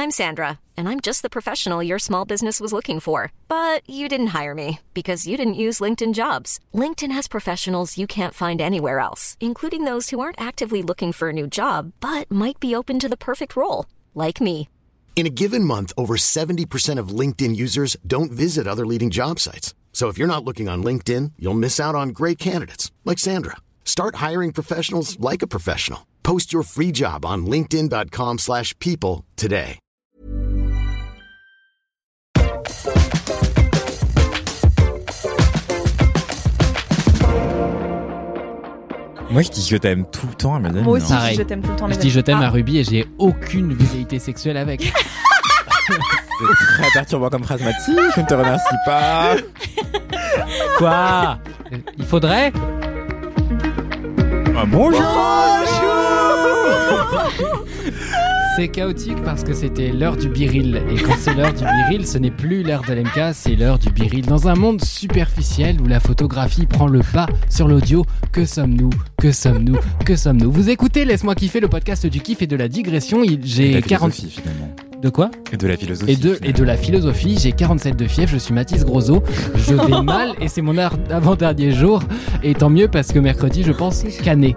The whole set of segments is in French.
I'm Sandra, and I'm just the professional your small business was looking for. But you didn't hire me because you didn't use LinkedIn Jobs. LinkedIn has professionals you can't find anywhere else, including those who aren't actively looking for a new job, but might be open to the perfect role, like me. In a given month, over 70% of LinkedIn users don't visit other leading job sites. So if you're not looking on LinkedIn, you'll miss out on great candidates like Sandra. Start hiring professionals like a professional. Post your free job on linkedin.com/people today. Moi, je dis je t'aime tout le temps à mes amis. Moi aussi, Pareil. je t'aime tout le temps. Je dis je t'aime à Ruby et j'ai aucune velléité sexuelle avec. C'est très perturbant comme phrase, Mathis. Je ne te remercie pas. Quoi? Il faudrait? Ah, bonjour. C'est chaotique parce que c'était l'heure du biril. Et quand c'est l'heure du biril, ce n'est plus l'heure de l'MK, c'est l'heure du biril. Dans un monde superficiel où la photographie prend le pas sur l'audio, que sommes-nous? Que sommes-nous? Que sommes-nous? Vous écoutez Laisse-moi kiffer, le podcast du kiff et de la digression. J'ai 40... finalement. De quoi? Et de la philosophie. Et de la philosophie. J'ai 47 de fièvre, je suis Mathis Grosso. Je vais mal et c'est mon avant-dernier jour. Et tant mieux parce que mercredi, je pense canner.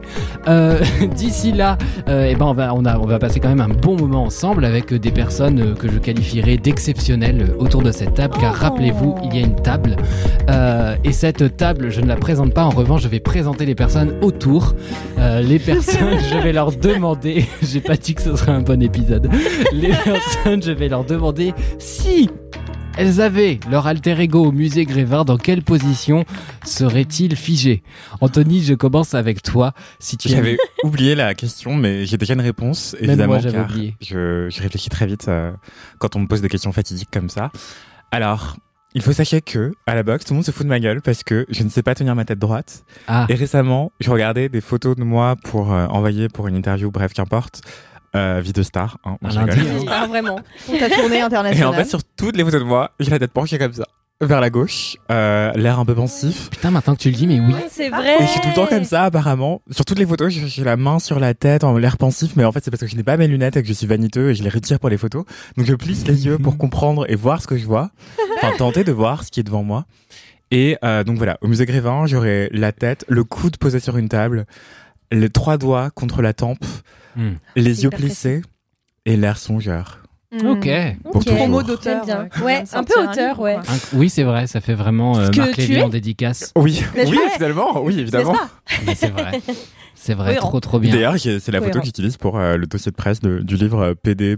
D'ici là, on va passer quand même un bon moment ensemble avec des personnes que je qualifierais d'exceptionnelles autour de cette table. Car rappelez-vous, il y a une table. Et cette table, je ne la présente pas. En revanche, je vais présenter les personnes autour. Les personnes, je vais leur demander. J'ai pas dit que ce serait un bon épisode. Les personnes, je vais leur demander si elles avaient leur alter ego au musée Grévin, dans quelle position serait-il figé? Anthony, je commence avec toi. Si tu J'avais oublié la question, mais j'ai déjà une réponse, Même évidemment, moi, j'avais car oublié. je réfléchis très vite quand on me pose des questions fatidiques comme ça. Alors, il faut sachez que, à la boxe, tout le monde se fout de ma gueule parce que je ne sais pas tenir ma tête droite. Ah, Et récemment, je regardais des photos de moi pour envoyer pour une interview, bref, qu'importe. Vie de star, hein, moi, je lundi, rigole. hein. Ah, vraiment. Pour ta tournée Et internationale. en fait, sur toutes les photos de moi, j'ai la tête penchée comme ça, vers la gauche, l'air un peu pensif. Putain, maintenant que tu le dis, mais oui. C'est vrai. Et je suis tout le temps comme ça, apparemment. Sur toutes les photos, j'ai la main sur la tête, en l'air pensif, mais en fait, c'est parce que je n'ai pas mes lunettes et que je suis vaniteux et je les retire pour les photos. Donc, je plisse les yeux pour comprendre et voir ce que je vois. Enfin, tenter de voir ce qui est devant moi. Et donc voilà, au musée Grévin, j'aurai la tête, le coude posé sur une table, les 3 doigts contre la tempe, les yeux hyper plissés et l'air songeur. Ok. Pour toujours. Promo d'auteur. Bien. qui Ouais, vient de un peu sortir auteur, livre, ouais. quoi. Oui, c'est vrai, ça fait vraiment que Marc tu Lévy es en dédicace. Oui, N'est-ce oui, pas finalement, oui, évidemment. N'est-ce pas Mais c'est vrai. C'est vrai, Cohérent. trop bien. D'ailleurs, c'est la photo Cohérent. que j'utilise pour le dossier de presse du livre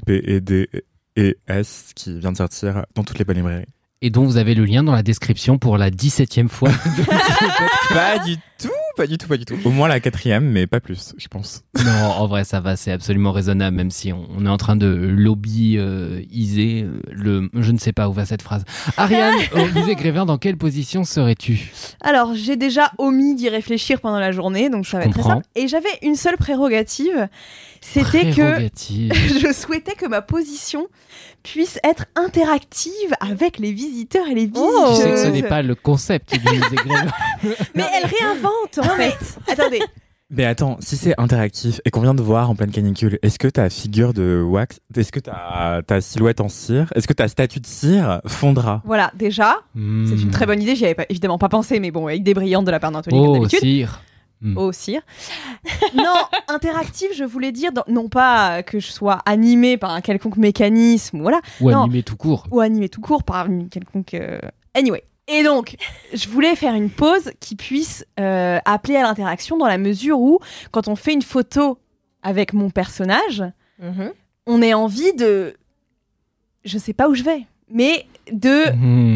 PDPEDES qui vient de sortir dans toutes les bonnes librairies. Et dont vous avez le lien dans la description pour la 17e fois. Pas du tout. Au moins la 4e, mais pas plus, je pense. Non, en vrai, ça va, c'est absolument raisonnable, même si on est en train de lobbyiser je ne sais pas où va cette phrase. Ariane, au musée Grévin, dans quelle position serais-tu? Alors, j'ai déjà omis d'y réfléchir pendant la journée, donc ça va être très comprends. simple. Et j'avais une seule prérogative, c'était que Prérogative. je souhaitais que ma position puisse être interactive avec les visiteurs et les visiteuses. Tu sais que ce n'est pas le concept du musée Grévin. Mais elle réinvente, en fait. Attendez. Mais attends, si c'est interactif et qu'on vient de voir en pleine canicule, est-ce que ta figure de wax, est-ce que ta silhouette en cire, est-ce que ta statue de cire fondra? Voilà, déjà, c'est une très bonne idée. J'y avais évidemment pas pensé, mais bon, avec des brillantes de la part d'Anthony, comme Oh, d'habitude. cire. Oh, cire. Non, interactive, je voulais dire, non pas que je sois animée par un quelconque mécanisme, voilà. Ou Non. animé tout court. Ou animée tout court par une quelconque... Anyway. Et donc, je voulais faire une pause qui puisse appeler à l'interaction dans la mesure où, quand on fait une photo avec mon personnage, on a envie de... Je sais pas où je vais, mais de...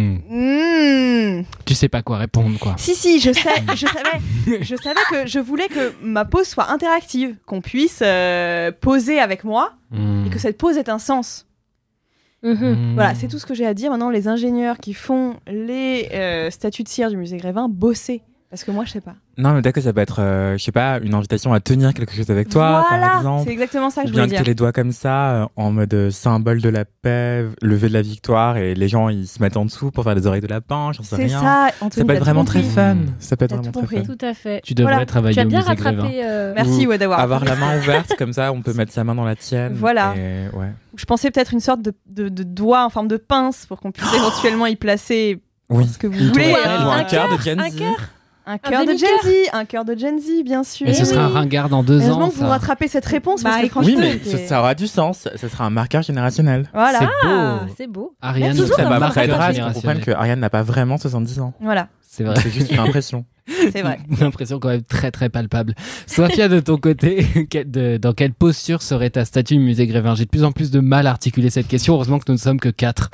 Tu sais pas quoi répondre, quoi. Si, je savais que je voulais que ma pause soit interactive, qu'on puisse poser avec moi et que cette pause ait un sens. Voilà, c'est tout ce que j'ai à dire. Maintenant, les ingénieurs qui font les statues de cire du musée Grévin, bossez. Parce que moi, je sais pas. Non, mais d'accord, ça peut être, je sais pas, une invitation à tenir quelque chose avec toi, voilà, par exemple. c'est exactement ça que je Bien voulais que dire. t'aies les doigts comme ça, en mode symbole de la paix, lever de la victoire, et les gens, ils se mettent en dessous pour faire des oreilles de lapin, j'en sais C'est rien. ça, Ça Anthony. peut être t'as vraiment tout très compris. fun. Ça peut être T'as vraiment tout très fun. compris. Tout à fait. Tu devrais Voilà. travailler Tu as au bien musée Grévin. rattrapé. Merci, Ou ouais, d'avoir. avoir la main ouverte, comme ça, on peut mettre sa main dans la tienne. Voilà. Et, ouais. Je pensais peut-être une sorte de doigt en forme de pince pour qu'on puisse éventuellement y placer Oui. ce que vous Une voulez. tour Eiffel ou un cœur de Gen Un Z. cœur. Un cœur de Gen demi-cœur. Z, un cœur de Gen Z, bien sûr. Mais ce Eh sera un oui. ringard dans 2 Heureusement ans. que vous ça. rattrapez cette réponse parce Bah, que écoute, Oui, franchement, mais ça aura du sens. Ce sera un marqueur générationnel. voilà. C'est Ah, beau. c'est beau. Ariane, Toujours Ça un va marqueur pas être grave qu'on générationnel. comprenne que Ariane n'a pas vraiment 70 ans. Voilà, C'est vrai. C'est juste une impression. c'est vrai. Une impression quand même très très palpable. Sophia, de ton côté, dans quelle posture serait ta statue du musée Grévin? J'ai de plus en plus de mal à articuler cette question. Heureusement que nous ne sommes que 4.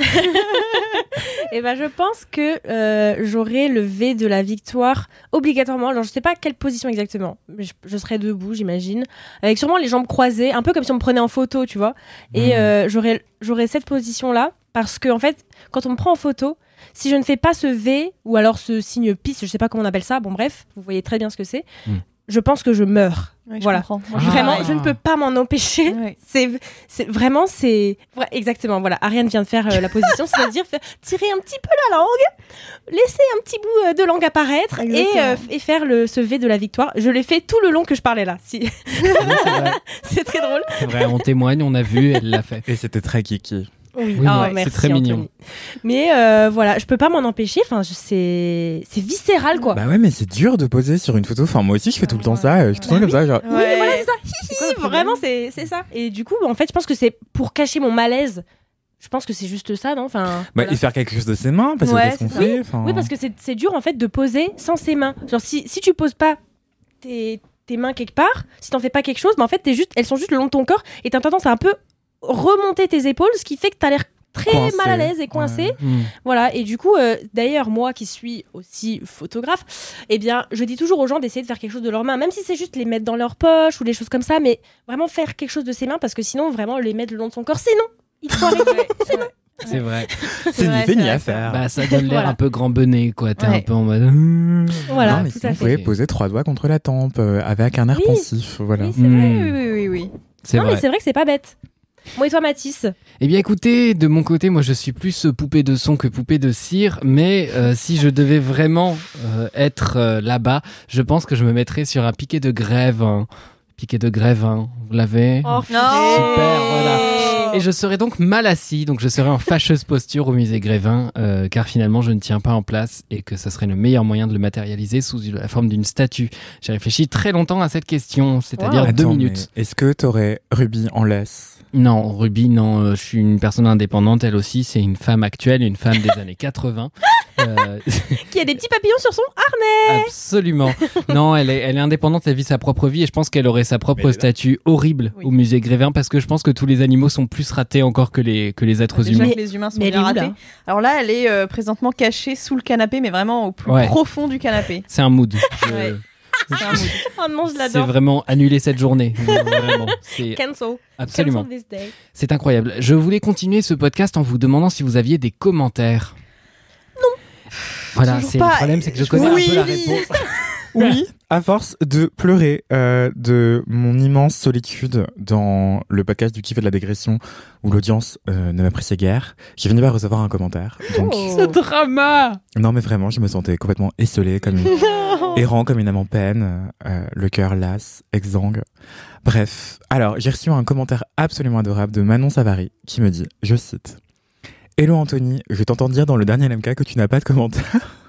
Et ben, je pense que j'aurai le V de la victoire obligatoirement. Alors, je sais pas quelle position exactement. Mais je serais debout, j'imagine, avec sûrement les jambes croisées, un peu comme si on me prenait en photo, tu vois. Et j'aurais cette position-là parce que en fait, quand on me prend en photo, si je ne fais pas ce V ou alors ce signe piste, je sais pas comment on appelle ça. Bon, bref, vous voyez très bien ce que c'est. Je pense que je meurs. Oui, je Voilà. comprends. Moi, Ah. Vraiment, pareil. je ne peux pas m'en empêcher. Ouais. C'est exactement, voilà. Ariane vient de faire la position, c'est-à-dire tirer un petit peu la langue, laisser un petit bout de langue apparaître Exactement. et faire ce V de la victoire. Je l'ai fait tout le long que je parlais là. Si. C'est vrai. C'est très drôle. C'est vrai, on témoigne, on a vu, elle l'a fait. Et c'était très kiki. Oui, Oui, oh, ouais, merci, c'est très mignon. Anthony. Mais voilà, je peux pas m'en empêcher. Enfin, c'est viscéral, quoi. Bah ouais, mais c'est dur de poser sur une photo. Enfin, moi aussi, je fais tout le temps ça. Je suis tout le temps comme ça. Genre, Oui, voilà, c'est ça. quoi le problème Vraiment, c'est ça. Et du coup, en fait, je pense que c'est pour cacher mon malaise. Je pense que c'est juste ça, non? Enfin, bah, voilà. et faire quelque chose de ses mains, parce que Ouais, qu'est-ce qu'on c'est ça. fait enfin... Oui, parce que c'est dur en fait de poser sans ses mains. Genre si tu poses pas tes mains quelque part, si t'en fais pas quelque chose, mais en fait elles sont juste le long de ton corps et t'as tendance à un peu remonter tes épaules, ce qui fait que t'as l'air très Coincé. mal à l'aise et coincé. Ouais. Voilà, et du coup, d'ailleurs, moi qui suis aussi photographe, eh bien, je dis toujours aux gens d'essayer de faire quelque chose de leurs mains, même si c'est juste les mettre dans leur poche ou des choses comme ça, mais vraiment faire quelque chose de ses mains parce que sinon, vraiment, les mettre le long de son corps, c'est non. Il faut arrêter. C'est vrai. C'est ni vrai, fait c'est ni vrai, à c'est faire. Bah, ça donne l'air Voilà. un peu grand bonnet, quoi. T'es un Ouais. peu en mode. Voilà, non, mais tout sinon, à vous pouvez fait. poser 3 doigts contre la tempe avec un air Oui. pensif. Voilà. Oui, c'est vrai. Oui, oui, oui, oui. C'est Non, vrai. mais c'est vrai que c'est pas bête. Moi et toi, Mathis? Eh bien, écoutez, de mon côté, moi, je suis plus poupée de son que poupée de cire. Mais si je devais vraiment être là-bas, je pense que je me mettrais sur un piquet de grève. Piquet de grève, hein. Vous l'avez? Oh, Super, voilà. Et je serais donc mal assis, donc je serais en fâcheuse posture au musée Grévin, car finalement je ne tiens pas en place et que ce serait le meilleur moyen de le matérialiser sous la forme d'une statue. J'ai réfléchi très longtemps à cette question, c'est-à-dire Wow. 2 Attends, minutes. mais est-ce que t'aurais Ruby en laisse? Non, Ruby, non, je suis une personne indépendante, elle aussi, c'est une femme actuelle, une femme des années 80. Qui a des petits papillons sur son harnais. Absolument. Non, elle est indépendante, elle vit sa propre vie et je pense qu'elle aurait sa Mais propre elle est là. statue horrible Oui. au musée Grévin parce que je pense que tous les animaux sont plus ratés encore que les êtres Déjà humains. que les humains sont mais elle bien est où, là ratés. Alors là, elle est présentement cachée sous le canapé, mais vraiment au plus Ouais. profond du canapé. C'est un mood. Ouais. C'est un mood. Oh non, je C'est l'adore. vraiment annuler cette journée. Vraiment. C'est Cancel. absolument. Cancel this day. C'est incroyable. Je voulais continuer ce podcast en vous demandant si vous aviez des commentaires. Non. Voilà, Toujours c'est pas. le problème, c'est que je connais Oui. un peu la réponse. Oui, à force de pleurer de mon immense solitude dans le podcast du kiff et de la dégression où l'audience ne m'appréciait guère, j'ai fini par recevoir un commentaire. Donc, Ce drama. non mais vraiment, je me sentais complètement esselé, comme une... errant comme une âme en peine, le cœur las, exsangue. Bref, alors j'ai reçu un commentaire absolument adorable de Manon Savary qui me dit, je cite, « Hello Anthony, je t'entends dire dans le dernier LMK que tu n'as pas de commentaire. »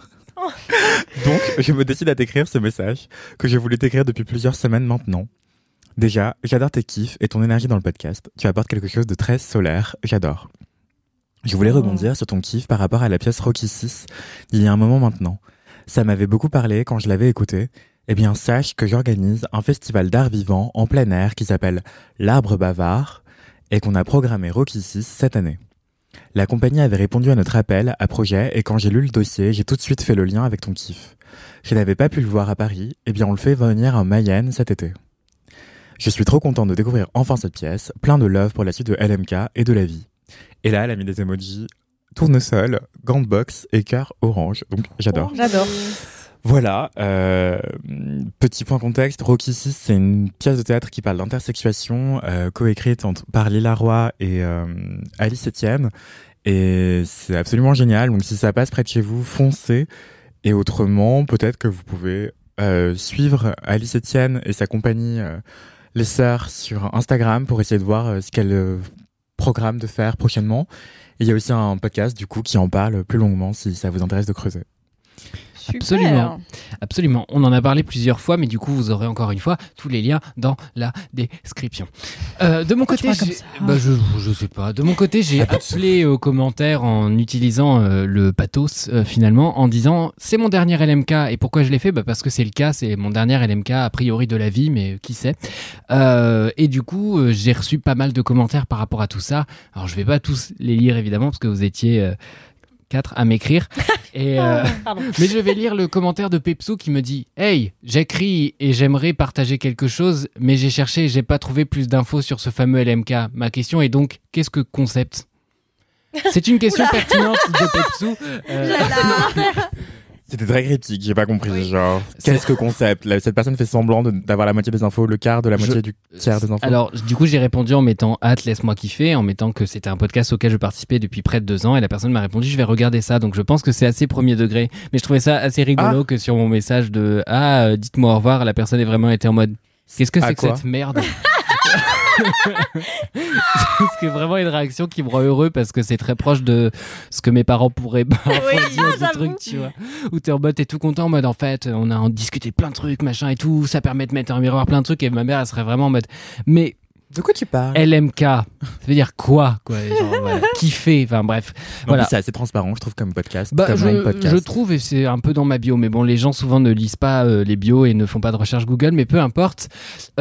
Donc, je me décide à t'écrire ce message que je voulais t'écrire depuis plusieurs semaines maintenant. Déjà, j'adore tes kiffs et ton énergie dans le podcast. Tu apportes quelque chose de très solaire. J'adore. Je voulais rebondir sur ton kiff par rapport à la pièce Rocky 6 il y a un moment maintenant. Ça m'avait beaucoup parlé quand je l'avais écouté. Eh bien, sache que j'organise un festival d'art vivant en plein air qui s'appelle l'Arbre Bavard et qu'on a programmé Rocky 6 cette année. La compagnie avait répondu à notre appel à projet et quand j'ai lu le dossier, j'ai tout de suite fait le lien avec ton kiff. Je n'avais pas pu le voir à Paris, eh bien on le fait venir à Mayenne cet été. Je suis trop content de découvrir enfin cette pièce, plein de love pour la suite de LMK et de la vie. Et là, elle a mis des emojis tournesol, gants de boxe et cœur orange, donc j'adore. J'adore. Voilà, petit point contexte, Rocky 6, c'est une pièce de théâtre qui parle d'intersexuation, coécrite par Lila Roy et Alice Etienne, et c'est absolument génial, donc si ça passe près de chez vous, foncez, et autrement, peut-être que vous pouvez suivre Alice Etienne et sa compagnie Les Sœurs sur Instagram pour essayer de voir ce qu'elle programme de faire prochainement, et il y a aussi un podcast du coup qui en parle plus longuement si ça vous intéresse de creuser. Super. Absolument. On en a parlé plusieurs fois, mais du coup, vous aurez encore une fois tous les liens dans la description. De mon côté, je sais pas. De mon côté, j'ai appelé aux commentaires en utilisant le pathos finalement, en disant c'est mon dernier LMK. Et pourquoi je l'ai fait ? Parce que c'est le cas, c'est mon dernier LMK a priori de la vie, mais qui sait. Et du coup, j'ai reçu pas mal de commentaires par rapport à tout ça. Alors, je vais pas tous les lire évidemment parce que vous étiez 4 à m'écrire. Et mais je vais lire le commentaire de Pepso qui me dit « Hey, j'écris et j'aimerais partager quelque chose, mais j'ai cherché et j'ai pas trouvé plus d'infos sur ce fameux LMK. Ma question est donc, qu'est-ce que concept ?» C'est une question pertinente de Pepso. C'était très critique, j'ai pas compris. Genre, qu'est-ce que concept ? Cette personne fait semblant d'avoir la moitié des infos, le quart de la moitié du tiers des infos. Alors, du coup, j'ai répondu en mettant hâte, laisse-moi kiffer, en mettant que c'était un podcast auquel je participais depuis près de 2 ans, et la personne m'a répondu, je vais regarder ça. Donc, je pense que c'est assez premier degré. Mais je trouvais ça assez rigolo que sur mon message de dites-moi au revoir, la personne est vraiment été en mode, qu'est-ce que c'est que cette merde ? C'est vraiment une réaction qui me rend heureux parce que c'est très proche de ce que mes parents pourraient parfois dire, des trucs, tu vois, où t'es en mode, t'es tout content en mode, en fait, on a discuté plein de trucs, machin et tout, ça permet de mettre en miroir plein de trucs, et ma mère, elle serait vraiment en mode, mais de quoi tu parles ? LMK, ça veut dire quoi genre, voilà, kiffer, enfin bref. Voilà. C'est assez transparent, je trouve, comme podcast. Je trouve, et c'est un peu dans ma bio, mais bon, les gens souvent ne lisent pas les bios et ne font pas de recherche Google, mais peu importe.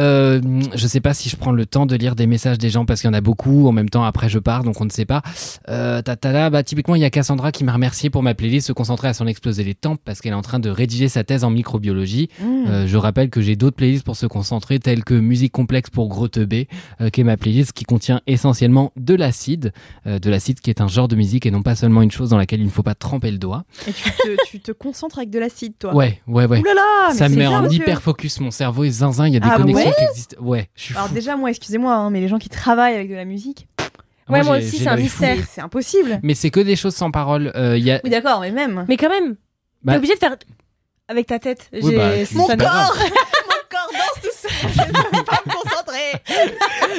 Je sais pas si je prends le temps de lire des messages des gens parce qu'il y en a beaucoup, en même temps après je pars, donc on ne sait pas. Typiquement, il y a Cassandra qui m'a remercié pour ma playlist Se concentrer à s'en exploser les tempes parce qu'elle est en train de rédiger sa thèse en microbiologie. Je rappelle que j'ai d'autres playlists pour se concentrer, telles que Musique complexe pour gros teubé, qui est ma playlist qui contient essentiellement de l'acide qui est un genre de musique et non pas seulement une chose dans laquelle il ne faut pas tremper le doigt. Et tu te concentres avec de l'acide, toi ? Ouais. Ouh là là, ça me met en hyper focus, mon cerveau est zinzin, il y a des connexions qui existent. Ouais, je suis fou. Alors déjà, moi, excusez-moi, hein, mais les gens qui travaillent avec de la musique... Moi aussi, c'est un mystère. C'est impossible. Mais c'est que des choses sans parole. Oui, d'accord, mais même. Mais quand même, t'es obligé de faire avec ta tête. Mon corps danse tout seul, je ne peux pas me concentrer.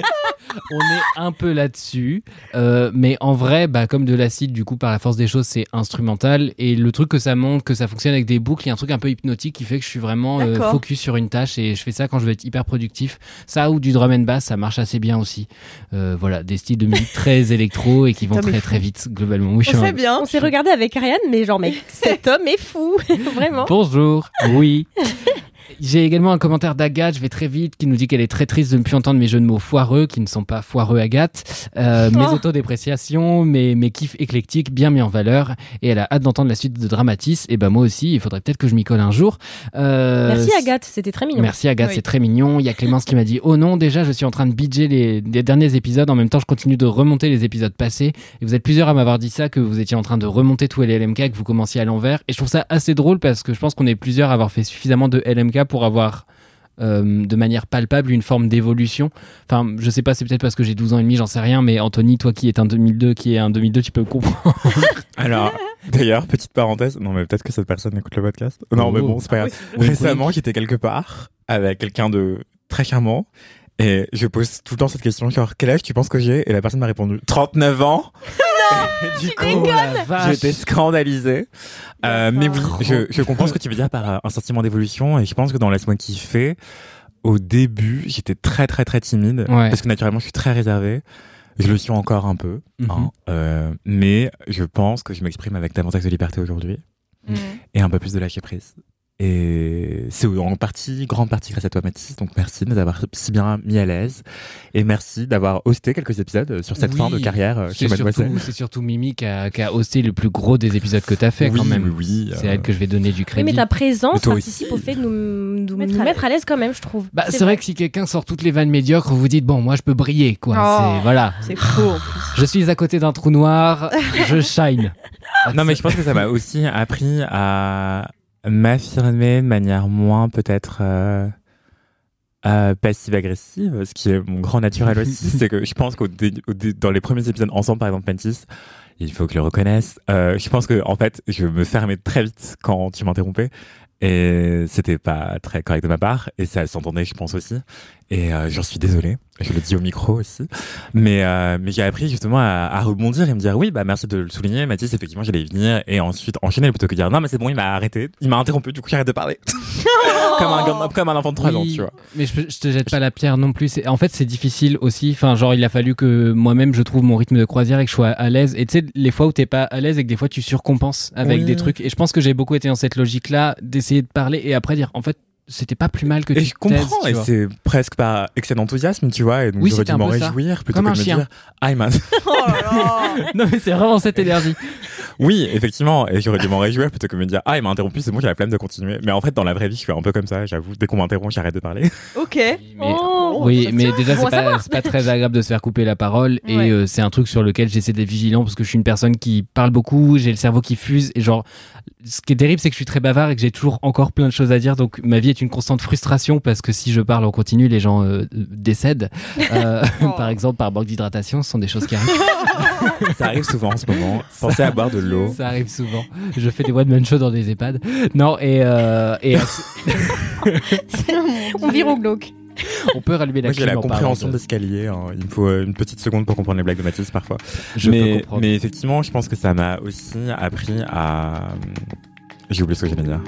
On est un peu là-dessus, mais en vrai, comme de l'acide, du coup, par la force des choses, c'est instrumental. Et le truc que ça montre, que ça fonctionne avec des boucles, il y a un truc un peu hypnotique qui fait que je suis vraiment focus sur une tâche et je fais ça quand je veux être hyper productif. Ça ou du drum and bass, ça marche assez bien aussi. Voilà, des styles de musique très électro et qui vont très très vite, globalement. Oui, on sait bien. On s'est regardé avec Ariane, mais genre, mec, cet homme est fou, vraiment. Bonjour, oui. J'ai également un commentaire d'Agathe, je vais très vite, qui nous dit qu'elle est très triste de ne plus entendre mes jeux de mots foireux, qui ne sont pas foireux Agathe, mes autodépréciations, mes kiffs éclectiques bien mis en valeur, et elle a hâte d'entendre la suite de Dramatis, et moi aussi, il faudrait peut-être que je m'y colle un jour. Merci Agathe, c'était très mignon. Merci Agathe, c'est très mignon. Il y a Clémence qui m'a dit, oh non, déjà je suis en train de bidger les derniers épisodes, en même temps je continue de remonter les épisodes passés, et vous êtes plusieurs à m'avoir dit ça, que vous étiez en train de remonter tous les LMK, que vous commenciez à l'envers, et je trouve ça assez drôle parce que je pense qu'on est plusieurs à avoir fait suffisamment de LMK pour avoir de manière palpable une forme d'évolution. Enfin, je sais pas, c'est peut-être parce que j'ai 12 ans et demi, j'en sais rien, mais Anthony, toi qui es un 2002, tu peux comprendre. Alors, d'ailleurs, petite parenthèse, non mais peut-être que cette personne écoute le podcast. Non mais bon, c'est pas grave. Récemment, j'étais quelque part avec quelqu'un de très charmant et je pose tout le temps cette question, genre quel âge tu penses que j'ai ? Et la personne m'a répondu 39 ans. Du coup, j'étais scandalisée. Mais oui, je comprends ce que tu veux dire par un sentiment d'évolution et je pense que dans Laisse-moi kiffer, au début, j'étais très très très timide parce que naturellement, je suis très réservé. Je le suis encore un peu, mais je pense que je m'exprime avec davantage de liberté aujourd'hui et un peu plus de lâcher prise. Et c'est en partie, grande partie grâce à toi Mathis, donc merci de nous avoir si bien mis à l'aise et merci d'avoir hosté quelques épisodes sur cette fin de carrière chez Mademoiselle. C'est surtout Mimi qui a hosté le plus gros des épisodes que t'as fait quand même. Oui, c'est à elle que je vais donner du crédit. Oui, mais ta présence participe au fait de nous mettre à l'aise quand même, je trouve. C'est vrai que si quelqu'un sort toutes les vannes médiocres, vous dites bon, moi je peux briller quoi. C'est faux. Je suis à côté d'un trou noir, je shine. Non mais je pense que ça m'a aussi appris à m'affirmer de manière moins peut-être passive-agressive, ce qui est mon grand naturel aussi. C'est que je pense dans les premiers épisodes ensemble, par exemple, Mantis, il faut que je le reconnaisse. Je pense que en fait, je me fermais très vite quand tu m'interrompais. Et c'était pas très correct de ma part. Et ça s'entendait, je pense aussi. Et j'en suis désolé. Je le dis au micro aussi. Mais j'ai appris justement à rebondir et me dire oui, bah merci de le souligner, Mathis, effectivement, j'allais y venir. Et ensuite enchaîner plutôt que dire non, mais c'est bon, il m'a arrêté. Il m'a interrompu, du coup, j'arrête de parler. comme un enfant de 3 ans, tu vois. Mais je te jette pas la pierre non plus. En fait, c'est difficile aussi. Enfin, genre, il a fallu que moi-même, je trouve mon rythme de croisière et que je sois à l'aise. Et tu sais, les fois où t'es pas à l'aise et que des fois tu surcompenses avec des trucs. Et je pense que j'ai beaucoup été dans cette logique-là d'essayer de parler et après dire, en fait, c'était pas plus mal que tu je comprends, et c'est presque par excès d'enthousiasme, tu vois, et donc j'aurais dû m'en réjouir plutôt comme que de me dire ah, Oh là là. non, mais c'est vraiment cette énergie. Oui, effectivement, et j'aurais dû m'en réjouir plutôt que de me dire ah, il m'a interrompu, c'est bon, j'ai la flemme de continuer. Mais en fait, dans la vraie vie, je suis un peu comme ça, j'avoue, dès qu'on m'interrompt, j'arrête de parler. Ok. Mais déjà, c'est pas très agréable de se faire couper la parole, et c'est un truc sur lequel j'essaie d'être vigilant parce que je suis une personne qui parle beaucoup, j'ai le cerveau qui fuse, et genre, ce qui est terrible, c'est que je suis très bavard et que j'ai toujours encore plein de choses à dire, donc ma vie est une constante frustration parce que si je parle en continu, les gens décèdent. Par exemple, par manque d'hydratation, ce sont des choses qui arrivent. Ça arrive souvent en ce moment. Pensez à boire de l'eau. Ça arrive souvent. Je fais des one-man shows dans des EHPAD. Non, et on vire au glauque. On peut rallumer la clim. Moi, j'ai la compréhension de d'escalier. Hein. Il me faut une petite seconde pour comprendre les blagues de Mathis parfois. Mais effectivement, je pense que ça m'a aussi appris à... J'ai oublié ce que j'allais dire.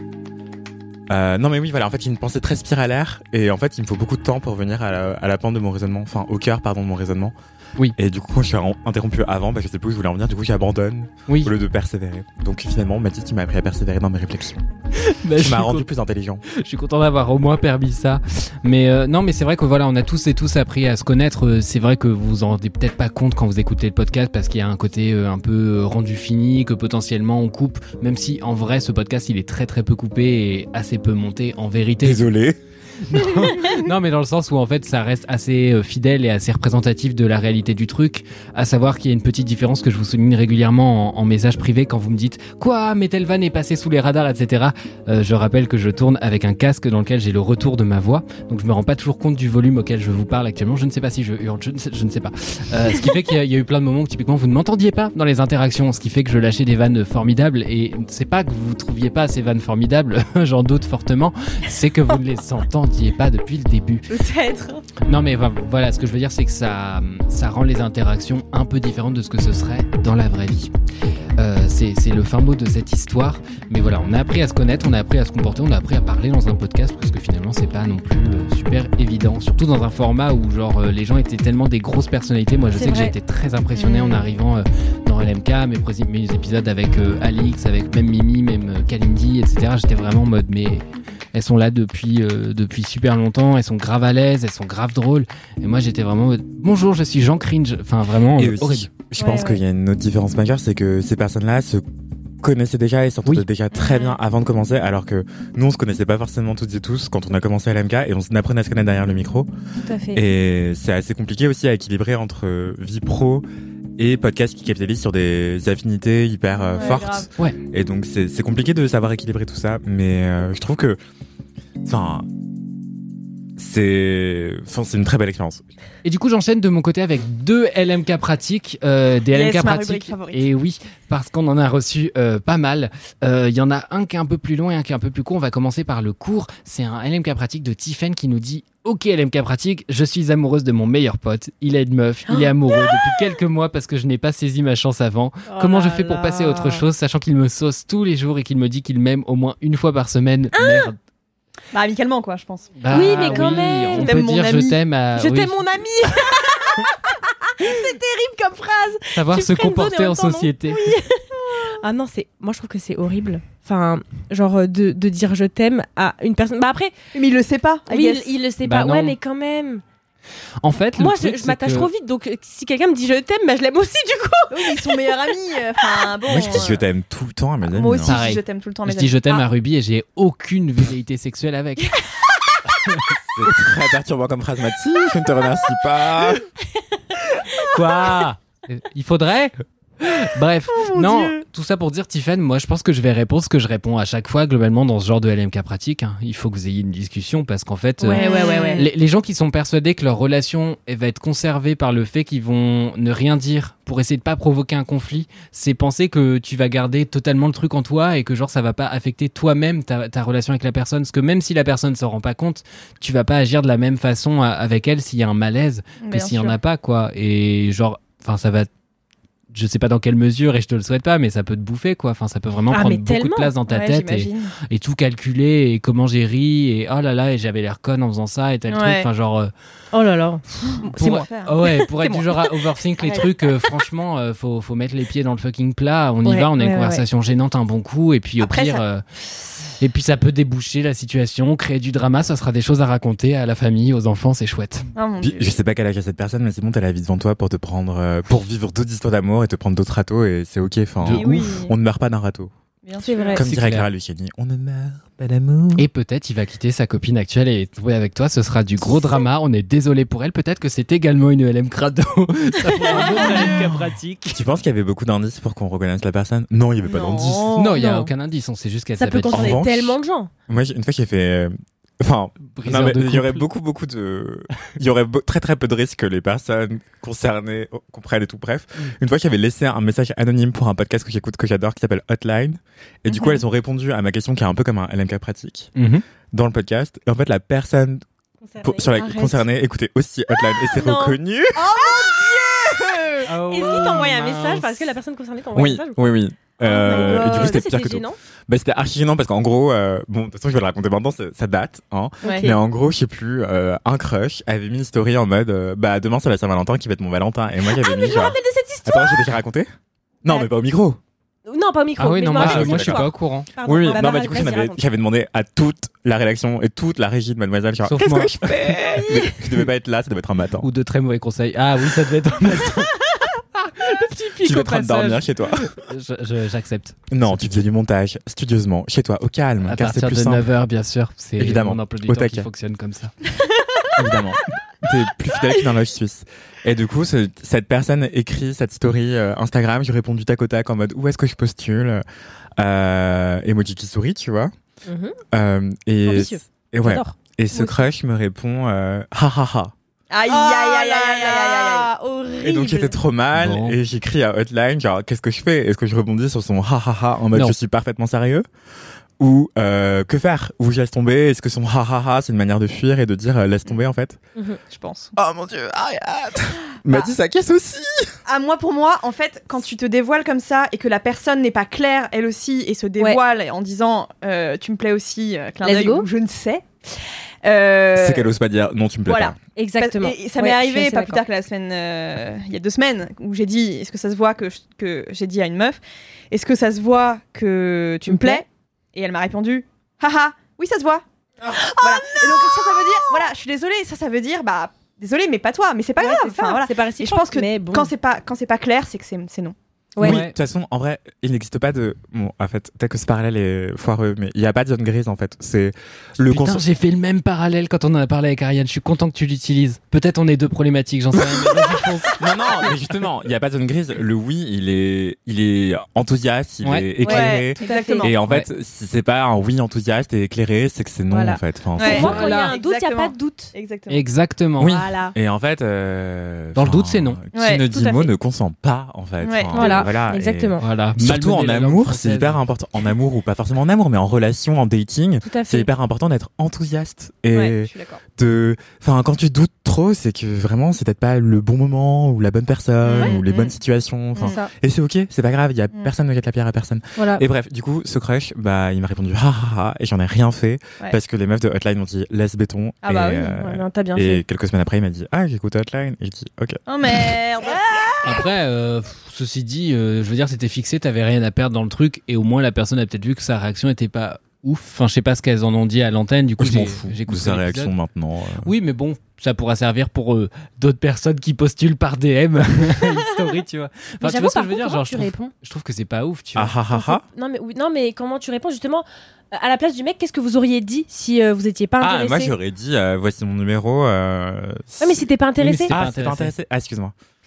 Non mais oui, voilà, en fait, j'ai une pensée très spiralaire et en fait, il me faut beaucoup de temps pour venir à la pente de mon raisonnement, enfin au cœur, pardon, de mon raisonnement. Oui. Et du coup, quand je suis interrompu avant, je sais plus où je voulais en venir, du coup, j'abandonne au lieu de persévérer. Donc finalement, Mathis, tu m'as appris à persévérer dans mes réflexions. Tu m'as rendu plus intelligent. Je suis content d'avoir au moins permis ça. Mais non, mais c'est vrai que voilà, on a tous et tous appris à se connaître. C'est vrai que vous vous en rendez peut-être pas compte quand vous écoutez le podcast parce qu'il y a un côté un peu rendu fini, que potentiellement on coupe, même si en vrai, ce podcast, il est très très peu coupé et assez peu monté en vérité. Désolé. Non, mais dans le sens où en fait ça reste assez fidèle et assez représentatif de la réalité du truc, à savoir qu'il y a une petite différence que je vous souligne régulièrement en message privé quand vous me dites quoi, mais tel van est passé sous les radars, etc. Je rappelle que je tourne avec un casque dans lequel j'ai le retour de ma voix, donc je me rends pas toujours compte du volume auquel je vous parle actuellement. Je ne sais pas si je hurle, je ne sais pas. Ce qui fait qu'il y a eu plein de moments où typiquement vous ne m'entendiez pas dans les interactions, ce qui fait que je lâchais des vannes formidables, et c'est pas que vous trouviez pas ces vannes formidables, j'en doute fortement, c'est que vous ne les entendiez pas depuis le début. Peut-être. Non mais voilà, ce que je veux dire, c'est que ça rend les interactions un peu différentes de ce que ce serait dans la vraie vie. C'est le fin mot de cette histoire. Mais voilà, on a appris à se connaître, on a appris à se comporter, on a appris à parler dans un podcast, parce que finalement c'est pas non plus super évident, surtout dans un format où genre les gens étaient tellement des grosses personnalités. Moi je sais que j'ai été très impressionné en arrivant dans LMK, mes épisodes avec Alix, avec même Mimi, même Kalindi, etc. J'étais vraiment en mode mais elles sont là depuis super longtemps, elles sont grave à l'aise, elles sont grave drôles. Et moi j'étais vraiment bonjour, je suis Jean Cringe. Enfin vraiment horrible. Je pense qu'il y a une autre différence majeure, c'est que ces personnes-là se connaissaient déjà et s'entendaient déjà très bien avant de commencer, alors que nous on se connaissait pas forcément toutes et tous quand on a commencé à LMK et on apprenait à se connaître derrière le micro. Tout à fait. Et c'est assez compliqué aussi à équilibrer entre vie pro et podcast qui capitalise sur des affinités hyper fortes. Ouais. Et donc c'est compliqué de savoir équilibrer tout ça, mais je trouve que c'est une très belle expérience. Et du coup, j'enchaîne de mon côté avec 2 LMK pratiques, LMK pratiques. Et oui, parce qu'on en a reçu pas mal. Il y en a un qui est un peu plus long et un qui est un peu plus court. On va commencer par le court. C'est un LMK pratique de Tiffen qui nous dit: ok, LMK pratique, je suis amoureuse de mon meilleur pote. Il a une meuf, il est amoureux depuis quelques mois parce que je n'ai pas saisi ma chance avant. Comment je fais pour passer à autre chose, sachant qu'il me sauce tous les jours et qu'il me dit qu'il m'aime au moins une fois par semaine? Merde. Bah amicalement quoi, je pense. Oui, mais quand même. On peut dire je t'aime à... Je t'aime mon ami. C'est terrible comme phrase. Savoir se comporter en société. Oui. Ah non, moi je trouve que c'est horrible. Enfin, genre de dire je t'aime à une personne. Bah après, mais il le sait pas. Oui, il le sait pas. Non. Ouais, mais quand même. En fait, moi je m'attache trop vite, donc si quelqu'un me dit je t'aime, bah je l'aime aussi du coup. Oui, ils sont meilleurs amis. Enfin bon. Moi je dis je t'aime tout le temps à mes amis. Moi aussi pareil. je t'aime tout le temps. Je dis je t'aime à Ruby et j'ai aucune velléité sexuelle avec. C'est très perturbant comme phrase, Mathis. Je ne te remercie pas. Quoi? Il faudrait? Bref, tout ça pour dire, Tiffen, moi je pense que je vais répondre ce que je réponds à chaque fois globalement dans ce genre de LMK pratique. Hein. Il faut que vous ayez une discussion parce qu'en fait, les gens qui sont persuadés que leur relation va être conservée par le fait qu'ils vont ne rien dire pour essayer de pas provoquer un conflit, c'est penser que tu vas garder totalement le truc en toi et que genre ça va pas affecter toi-même ta relation avec la personne. Parce que même si la personne s'en rend pas compte, tu vas pas agir de la même façon avec elle s'il y a un malaise que s'il y en a pas, quoi. Et genre, enfin ça va... Je sais pas dans quelle mesure et je te le souhaite pas, mais ça peut te bouffer, quoi. Enfin, ça peut vraiment prendre beaucoup de place dans ta tête et tout calculer et comment j'ai ri et oh là là, et j'avais l'air conne en faisant ça et tel truc. Enfin, genre. Oh là là. C'est moi. Pour être du genre à overthink les trucs, franchement, faut mettre les pieds dans le fucking plat. On y va, on a une conversation gênante un bon coup et puis Après, au pire. Et puis ça peut déboucher la situation, créer du drama, ça sera des choses à raconter à la famille, aux enfants, c'est chouette. Puis, je sais pas quel âge a cette personne, mais c'est bon, t'as la vie devant toi pour te prendre, pour vivre d'autres histoires d'amour et te prendre d'autres râteaux et c'est ok. Enfin, on ne meurt pas d'un râteau. C'est vrai. Comme dirait Clara Luciani, on ne meurt pas d'amour. Et peut-être il va quitter sa copine actuelle et trouver avec toi, ce sera du gros drama. On est désolé pour elle. Peut-être que c'est également une LM crado. Ça fera un autre LMK pratique. Tu penses qu'il y avait beaucoup d'indices pour qu'on reconnaisse la personne? Non, il y avait pas d'indices. Non, il y a aucun indice. On sait juste qu'elle ça peut s'appelle. concerner tellement de gens. Moi, une fois j'ai fait. Enfin, non, mais il y aurait beaucoup de. Il y aurait très très peu de risques que les personnes concernées comprennent et tout. Bref, une fois que j'avais laissé un message anonyme pour un podcast que j'écoute, que j'adore, qui s'appelle Hotline, et du coup elles ont répondu à ma question qui est un peu comme un LMK pratique dans le podcast. Et en fait, la personne concernée écoutait aussi Hotline et c'est reconnu. Est-ce qu'il t'a envoyé un message parce que la personne concernée t'a envoyé un message? Oui. Et du coup, c'était pire que tout. Gênant. Bah, c'était archi gênant parce qu'en gros, bon, de toute façon, je vais le raconter maintenant, ça date, hein. Okay. Mais en gros, je sais plus, un crush avait mis une story en mode, bah, demain c'est la Saint-Valentin qui va être mon Valentin. Et moi, j'avais mis je me rappelle de cette histoire! Attends, j'ai déjà raconté? Non, mais pas au micro. Non, pas au micro. Ah oui, non, moi je suis pas pas au courant. Pardon, Oui, bah, non, du coup, j'avais demandé à toute la rédaction et toute la régie de Mademoiselle, genre, qu'est-ce que je fais? Je devais pas être là, ça devait être un matin. Ou de très mauvais conseils. Ah oui, ça devait être un matin. Le petit pic Tu vas en train de dormir chez toi. J'accepte. Non, tu faisais du montage studieusement chez toi, au calme, À car c'est partir plus de simple. 9h, bien sûr. C'est Évidemment, mon emploi du au temps qui taquet. fonctionne comme ça. Évidemment. T'es plus fidèle qu'une horloge suisse. Et du coup, cette personne écrit cette story Instagram. Je réponds du tac au tac en mode où est-ce que je postule, emoji qui sourit, tu vois. Ambitieux. Et ouais. J'adore. Et ce crush me répond ha ha ha. Aïe, aïe, aïe. Horrible. Et donc j'étais trop mal Bon. et j'écris à Hotline genre qu'est-ce que je fais? Est-ce que je rebondis sur son ha ha ha en mode Non. je suis parfaitement sérieux? Ou que faire? Ou je laisse tomber? Est-ce que son ha ha ha c'est une manière de fuir et de dire laisse tomber en fait? Je pense. Oh mon dieu, arrête! M'a dit sa caisse aussi! Pour moi, en fait, quand tu te dévoiles comme ça et que la personne n'est pas claire, elle aussi, et se dévoile en disant tu me plais aussi, clin Let's d'œil, go. ou je ne sais. C'est qu'elle ose pas dire non tu me plais Voilà. pas. Exactement. Et ça m'est arrivé pas plus tard que la semaine, il y a 2 semaines, où j'ai dit est-ce que ça se voit que j'ai dit à une meuf est-ce que ça se voit que tu me plais? Et elle m'a répondu haha, oui ça se voit. Voilà. Et donc ça veut dire voilà, je suis désolée, ça veut dire bah désolée mais pas toi, mais c'est pas grave. C'est ça. Enfin, voilà. C'est pas Et réciproque. je pense que mais bon. quand c'est pas clair, c'est que c'est non. Oui, Ouais. de toute façon, en vrai, il n'existe pas de. Bon, en fait, peut-être que ce parallèle est foireux, mais il n'y a pas de zone grise en fait. C'est le Putain, j'ai fait le même parallèle quand on en a parlé avec Ariane. Je suis content que tu l'utilises. Peut-être on est deux problématiques, j'en sais rien. Mais vas-y, fonce. Non, mais justement, il n'y a pas de zone grise. Le oui, il est enthousiaste, il Ouais. est éclairé. Exactement. Et en fait, si c'est pas un oui enthousiaste et éclairé, c'est que c'est non Voilà. en fait. Enfin, Ouais. c'est- Moi, quand il y a Voilà. un doute, il n'y a pas de doute. Exactement. Exactement. Oui. Voilà. Et en fait, Dans le doute, c'est non. Qui Ouais, ne tout dit à mot fait. ne consent pas en fait. Ouais. Enfin, Voilà. et- Exactement. Voilà. Surtout en Malmener la langue amour, c'est française. hyper important. En amour ou pas forcément en amour, mais en relation, en dating, Tout à c'est fait. hyper important d'être enthousiaste et Ouais, je suis d'accord. enfin, quand tu doutes trop, c'est que vraiment c'est peut-être pas le bon moment ou la bonne personne Ouais. ou les Mm. bonnes situations. Enfin, C'est ça. et c'est ok, c'est pas grave. Il y a Mm. personne ne jette la pierre à personne. Voilà. Et bref, du coup, ce crush, bah, il m'a répondu ha ha ha et j'en ai rien fait Ouais. parce que les meufs de Hotline m'ont dit laisse béton. Ah bah et, oui. Ouais, non, t'as bien et fait. quelques semaines après, il m'a dit ah j'écoute Hotline et je dis ok. Oh merde. Après, ceci dit, je veux dire, c'était fixé, t'avais rien à perdre dans le truc, et au moins la personne a peut-être vu que sa réaction était pas ouf. Enfin, je sais pas ce qu'elles en ont dit à l'antenne, du coup, Je m'en fous de j'écoute sa l'épisode. réaction maintenant. Oui, mais bon, ça pourra servir pour d'autres personnes qui postulent par DM une story, tu vois. Enfin, Mais tu j'avoue, vois ce que par je veux dire, contre, genre, comment tu réponds je trouve que c'est pas ouf, tu Ah vois. ha ha ha. Non mais oui, non mais comment tu réponds justement à la place du mec? Qu'est-ce que vous auriez dit si vous étiez pas Ah, intéressé? moi j'aurais dit voici mon numéro. Ouais, mais si t'es pas intéressé. Oui, mais Ah, pas c'est pas intéressé. intéressé. Ah, excuse-moi.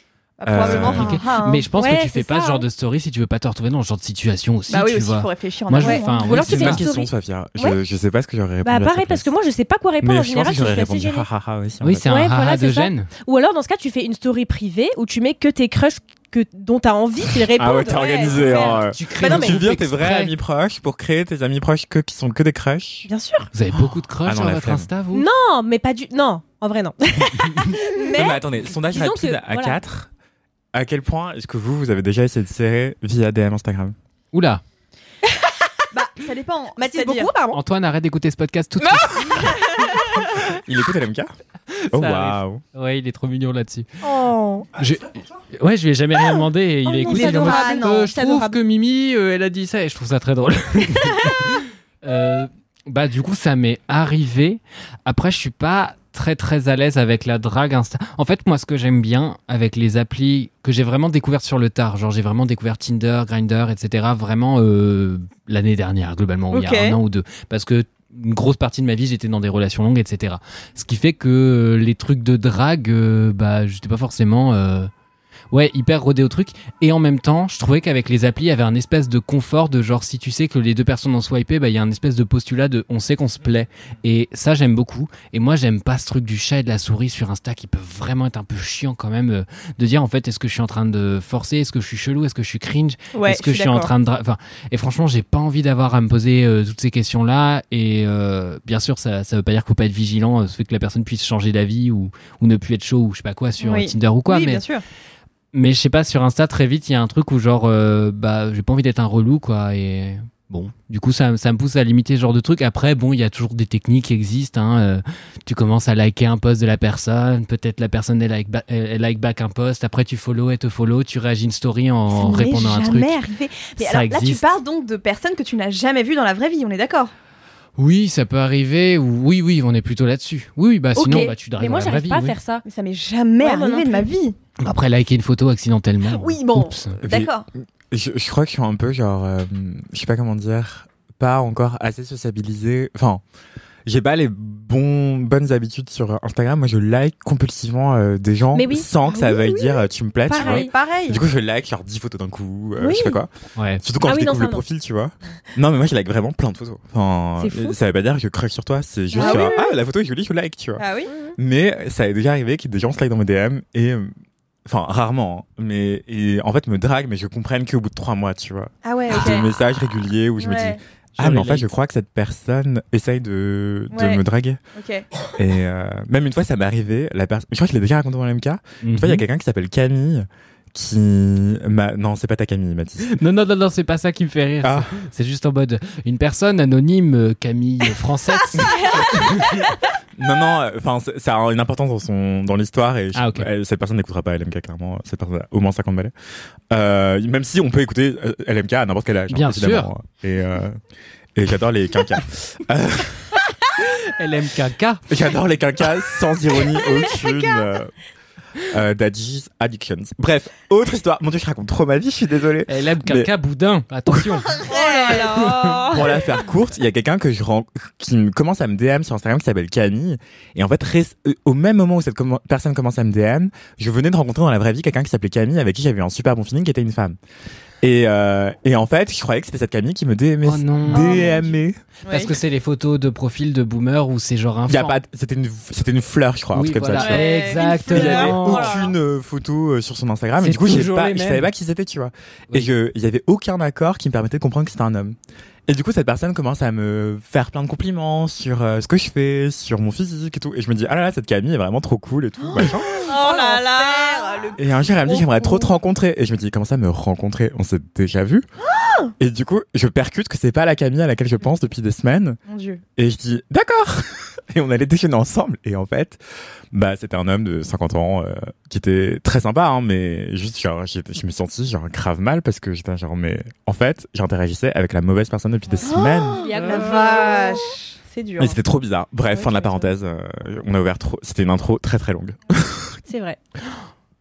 Probablement. compliqué. Ah, Mais je pense Ouais, que tu fais c'est pas ça, ce genre de story si tu veux pas te retrouver dans ce genre de situation aussi, Bah oui, tu aussi, vois. faut réfléchir en Moi, amont. enfin, Ou alors C'est tu fais une une bonne question, story. Sophia. Ouais. Je sais pas ce que j'aurais répondu. Bah à ta pareil, parce place. que moi je sais pas quoi répondre Mais en je pense général. que j'aurais je suis assez répondu gênée. hahaha aussi. en Oui, fait. c'est un Ouais, haha voilà, de c'est ça. gêne. Ou alors dans ce cas, tu fais une story privée où tu mets que tes crushs dont t'as envie qu'ils répondent. Ah ouais, t'es organisé. Ouais, Hein. Tu crées Bah non, un mais- Tu groupe viens tes vrais exprès. amis proches pour créer tes amis proches qui sont que des crushs. Bien sûr. Vous avez beaucoup de crushs Ah non, sur la votre flemme. Insta, vous Non, mais pas du. Non, en vrai non. Non, mais attendez, sondage disons rapide que, à voilà. 4. À quel point est-ce que vous avez déjà essayé de serrer via DM Instagram? Oula, Bah, ça dépend. Mathis C'est-à-dire- beaucoup apparemment. Antoine, arrête d'écouter ce podcast tout de suite. Il écoute LMK? Oh Ça waouh. Ouais, il est trop mignon là-dessus. Oh. Ouais, je lui ai jamais rien demandé et il Oh a non, écouté. c'est il est en mode, adorable. Ah non, je c'est trouve adorable. que Mimi, elle a dit ça et je trouve ça très drôle. Bah du coup, ça m'est arrivé. Après, je suis pas très à l'aise avec la drague Insta. En fait, moi, ce que j'aime bien avec les applis que j'ai vraiment découvertes sur le tard, genre j'ai vraiment découvert Tinder, Grindr, etc. Vraiment l'année dernière, globalement, ou il y Ok. a un an ou deux, parce que une grosse partie de ma vie, j'étais dans des relations longues, etc. Ce qui fait que les trucs de drague, bah, j'étais pas forcément hyper rodé au truc. Et en même temps, je trouvais qu'avec les applis, il y avait un espèce de confort de genre, si tu sais que les deux personnes ont swipé, bah, il y a un espèce de postulat de on sait qu'on se plaît. Et ça, j'aime beaucoup. Et moi, j'aime pas ce truc du chat et de la souris sur Insta qui peut vraiment être un peu chiant quand même, de dire en fait, est-ce que je suis en train de forcer, est-ce que je suis chelou, est-ce que je suis cringe, Ouais, est-ce que je suis en train de et franchement, j'ai pas envie d'avoir à me poser toutes ces questions-là. Et bien sûr, ça veut pas dire qu'il faut pas être vigilant, ce fait que la personne puisse changer d'avis ou ne plus être chaud ou je sais pas quoi sur Oui. Tinder ou quoi. Oui, mais bien sûr. mais je sais pas, sur Insta, très vite, il y a un truc où genre, bah, j'ai pas envie d'être un relou, quoi. Et bon, du coup, ça me pousse à limiter ce genre de truc. Après, bon, il y a toujours des techniques qui existent. Hein. Tu commences à liker un post de la personne. Peut-être la personne, elle like back un post. Après, tu follow, elle te follow. Tu réagis une story en Ça m'est répondant à un truc. jamais arrivé. Mais Ça alors là, tu existe. parles donc de personnes que tu n'as jamais vues dans la vraie vie, on est d'accord? Oui, ça peut arriver. Ou oui, on est plutôt là-dessus. Oui, bah Ok. sinon, bah, tu Mais drives moi, dans la vraie j'arrive vie. pas à oui. faire ça. Mais ça m'est jamais Ouais, moi non arrivé de ma plus. vie. Après, liker une photo accidentellement. Oui, bon, Oups. Et puis, d'accord. Je crois que je suis un peu genre, je sais pas comment dire, pas encore assez sociabilisé. Enfin, j'ai pas les bonnes habitudes sur Instagram. Moi, je like compulsivement des gens Mais oui. sans que ça Oui, veuille oui. dire tu me plais, tu vois. Pareil. Pareil. Du coup, je like genre 10 photos d'un coup, Oui. je sais pas quoi. Ouais. Surtout quand Ah je oui, non, découvre ça, le non. profil, tu vois. Non, mais moi, je like vraiment plein de photos. Enfin, C'est fou. ça veut pas dire que je crush sur toi, c'est juste Ah genre, oui, la photo est jolie, je like, tu vois. Ah oui. Mais ça est déjà arrivé que des gens se like dans mes DM et, enfin, rarement, hein, mais, et en fait, me draguent, mais je comprenne qu'au bout de 3 mois, tu vois. Ah ouais, Des ok. messages réguliers où je me dis, Ouais, ah, mais en les fait, likes. je crois que cette personne essaye de Ouais. me draguer. ok. Et même une fois, ça m'est arrivé, je crois que je l'ai déjà raconté dans l'MK. Une fois, il y a quelqu'un qui s'appelle Camille qui non, c'est pas ta Camille, Mathis. Non, c'est pas ça qui me fait rire. Ah. C'est juste en mode une personne anonyme, Camille française. Non, enfin, ça a une importance dans l'histoire et Ah, ok. cette personne n'écoutera pas LMK, clairement. Cette personne a au moins 50 balais. Même si on peut écouter LMK à n'importe quel âge. hein, Bien évidemment. Et j'adore les quinquas. LMKK. J'adore les quinquas sans ironie aucune. Daddy's Addictions. Bref, autre histoire. Mon Dieu, je raconte trop ma vie, je suis désolé. LMKK boudin. Attention. Oh là là. Pour la faire courte, il y a quelqu'un qui commence à me DM sur Instagram qui s'appelle Camille. Et en fait, au même moment où cette personne commence à me DM, je venais de rencontrer dans la vraie vie quelqu'un qui s'appelait Camille avec qui j'avais eu un super bon feeling, qui était une femme. Et en fait, je croyais que c'était cette Camille qui me DMait. Oh non. DMait. Parce Oui. que c'est les photos de profil de boomer où c'est genre un Il y a pas, c'était une fleur, je crois, un Oui, truc comme voilà. ça. Tu vois. Ouais, Exactement. Il y avait Oh là là. aucune photo sur son Instagram et C'est du coup toujours les je mêmes. savais pas qui c'était, tu vois. Oui. Et il y avait aucun accord qui me permettait de comprendre que c'était un homme. Et du coup cette personne commence à me faire plein de compliments sur ce que je fais, sur mon physique et tout. Et je me dis ah là là, cette Camille est vraiment trop cool et tout. machin. Oh là là. Et un jour elle me dit j'aimerais trop te rencontrer. Et je me dis comment ça me rencontrer? On s'est déjà vu. Et du coup je percute que c'est pas la Camille à laquelle je pense depuis des semaines. Mon Dieu. Et je dis d'accord. Et on allait déjeuner ensemble. Et en fait, bah c'était un homme de 50 ans qui était très sympa, hein, mais juste genre je me suis senti genre grave mal parce que j'étais genre mais en fait j'interagissais avec la mauvaise personne depuis des semaines. Il y a La vache. C'est dur. Et c'était trop bizarre. Bref, Ouais, fin de la j'imagine. parenthèse. On a ouvert trop. C'était une intro très très longue. C'est vrai.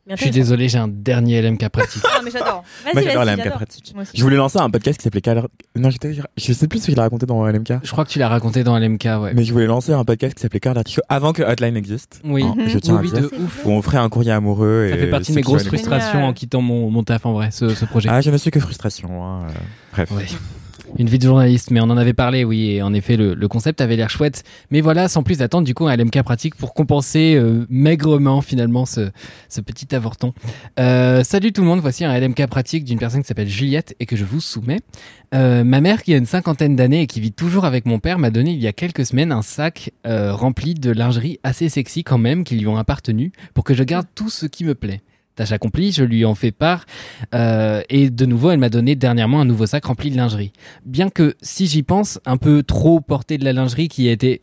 Je suis désolé, j'ai un dernier LMK pratique. Ah, mais j'adore. Moi, j'adore la LMK pratique. Je voulais lancer un podcast qui s'appelait Non, je sais plus ce qu'il a raconté dans LMK. Je crois que tu l'as raconté dans LMK, ouais. Mais je voulais lancer un podcast qui s'appelait Cœur d'artichaut avant que Hotline existe. Oui, je tiens à oui, dire. de ouf. Où on ferait un courrier amoureux. Ça fait partie de mes grosses frustrations en quittant mon taf en vrai, ce projet. Ah, je ne suis que frustration. Hein. Bref. Ouais. Une vie de journaliste, mais on en avait parlé, oui, et en effet, le concept avait l'air chouette. Mais voilà, sans plus attendre, du coup, un LMK pratique pour compenser maigrement, finalement, ce petit avorton. Salut tout le monde, voici un LMK pratique d'une personne qui s'appelle Juliette et que je vous soumets. Ma mère, qui a une 50aine d'années et qui vit toujours avec mon père, m'a donné il y a quelques semaines un sac rempli de lingerie assez sexy quand même, qui lui ont appartenu, pour que je garde tout ce qui me plaît. Tâche accomplie, je lui en fais part et de nouveau elle m'a donné dernièrement un nouveau sac rempli de lingerie. Bien que si j'y pense, un peu trop porter de la lingerie qui était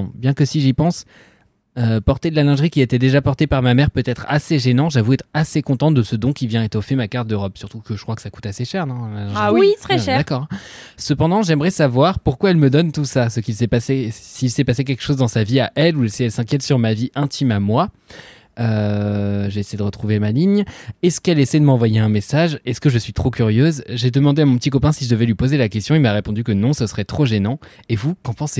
déjà portée par ma mère peut être assez gênant, j'avoue être assez contente de ce don qui vient étoffer ma carte de robe, surtout que je crois que ça coûte assez cher, non ? Ah oui, très cher. D'accord. Cependant, j'aimerais savoir pourquoi elle me donne tout ça, s'il s'est passé quelque chose dans sa vie à elle ou si elle s'inquiète sur ma vie intime à moi. J'ai essayé de retrouver ma ligne. Est-ce qu'elle essaie de m'envoyer un message ? Est-ce que je suis trop curieuse ? J'ai demandé à mon petit copain si je devais lui poser la question. Il m'a répondu que non, ce serait trop gênant. Et vous, qu'en pensez-vous ?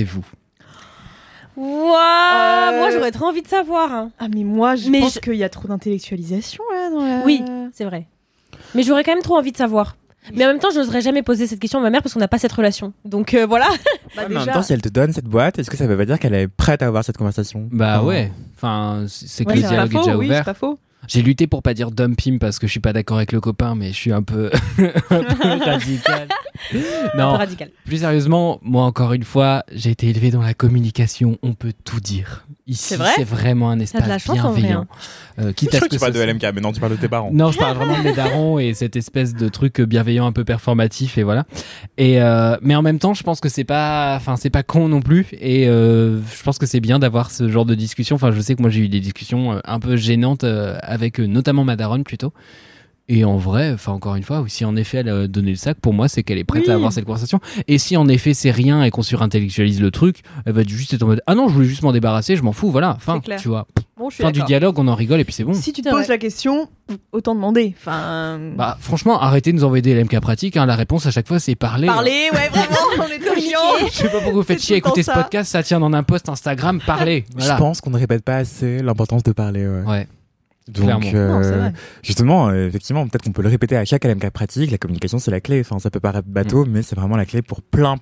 Moi, j'aurais trop envie de savoir. Hein. Ah, mais moi, je pense qu'il y a trop d'intellectualisation là dans la... Oui, c'est vrai. Mais j'aurais quand même trop envie de savoir. Mais en même temps, je n'oserais jamais poser cette question à ma mère parce qu'on n'a pas cette relation. Donc voilà. Bah, mais en même temps, si elle te donne cette boîte, est-ce que ça veut pas dire qu'elle est prête à avoir cette conversation ? Bah ouais. Enfin, c'est que le dialogue est déjà ouvert. C'est pas faux. J'ai lutté pour pas dire dumping parce que je suis pas d'accord avec le copain, mais je suis un peu radical. Non, un peu radical. Plus sérieusement, moi encore une fois, j'ai été élevé dans la communication. On peut tout dire. Ici, c'est vraiment un espace bienveillant. Quitte à ce que tu parles de LMK, mais non, tu parles de tes parents. Non, je parle vraiment de mes darons et cette espèce de truc bienveillant, un peu performatif et voilà. Et mais en même temps, je pense que c'est pas con non plus. Et je pense que c'est bien d'avoir ce genre de discussion. Enfin, je sais que moi j'ai eu des discussions un peu gênantes avec notamment ma daronne plutôt. Et en vrai, enfin encore une fois, si en effet elle a donné le sac, pour moi c'est qu'elle est prête à avoir cette conversation. Et si en effet c'est rien et qu'on surintellectualise le truc, elle va juste être en mode ah non, je voulais juste m'en débarrasser, je m'en fous, voilà. Enfin, tu vois. Bon, fin du dialogue, on en rigole et puis c'est bon. Si tu te poses la question, autant demander. Enfin. Bah franchement, arrêtez de nous envoyer des LMK pratiques. Hein. La réponse à chaque fois c'est parler. Parler, ouais vraiment, on est trop chiant. Je sais pas pourquoi vous faites chier à écouter ce podcast, ça tient dans un post Instagram, parler. Voilà. Je pense qu'on ne répète pas assez l'importance de parler. Ouais. Donc, justement, effectivement, peut-être qu'on peut le répéter à chaque LMK pratique. La communication, c'est la clé. Enfin, ça peut paraître bateau, mais c'est vraiment la clé pour plein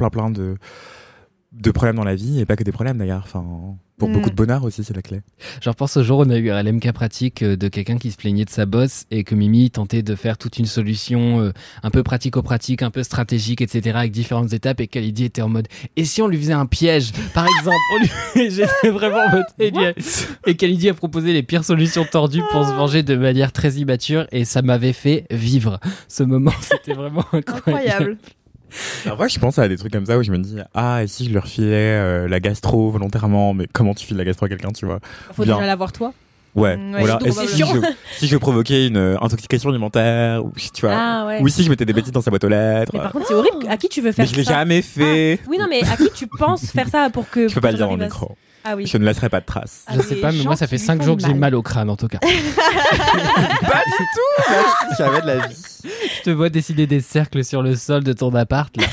de problèmes dans la vie et pas que des problèmes d'ailleurs. Enfin, pour beaucoup de bonheur aussi, c'est la clé. Je repense au jour où on a eu un LMK pratique de quelqu'un qui se plaignait de sa bosse et que Mimi tentait de faire toute une solution un peu pratico-pratique, un peu stratégique, etc. avec différentes étapes et Khalidi était en mode et si on lui faisait un piège, par exemple j'étais vraiment en mode et Khalidi a proposé les pires solutions tordues pour se venger de manière très immature et ça m'avait fait vivre ce moment, c'était vraiment incroyable. Alors moi je pense à des trucs comme ça où je me dis et si je leur filais la gastro volontairement, mais comment tu files la gastro à quelqu'un, tu vois? Faut déjà l'avoir toi. Ouais, voilà. Et si je provoquais une intoxication alimentaire ou tu vois, ou si je mettais des bêtises dans sa boîte aux lettres. Mais par contre c'est horrible, à qui tu veux faire ça? Mais je l'ai jamais fait. Oui non mais à qui tu penses faire ça pour que... Je peux pas le dire en micro. Ah oui. Je ne laisserai pas de traces. Je sais pas, mais moi ça fait 5 jours que j'ai mal au crâne en tout cas. Pas du tout. Merci, j'avais de la vie. Je te vois dessiner des cercles sur le sol de ton appart là.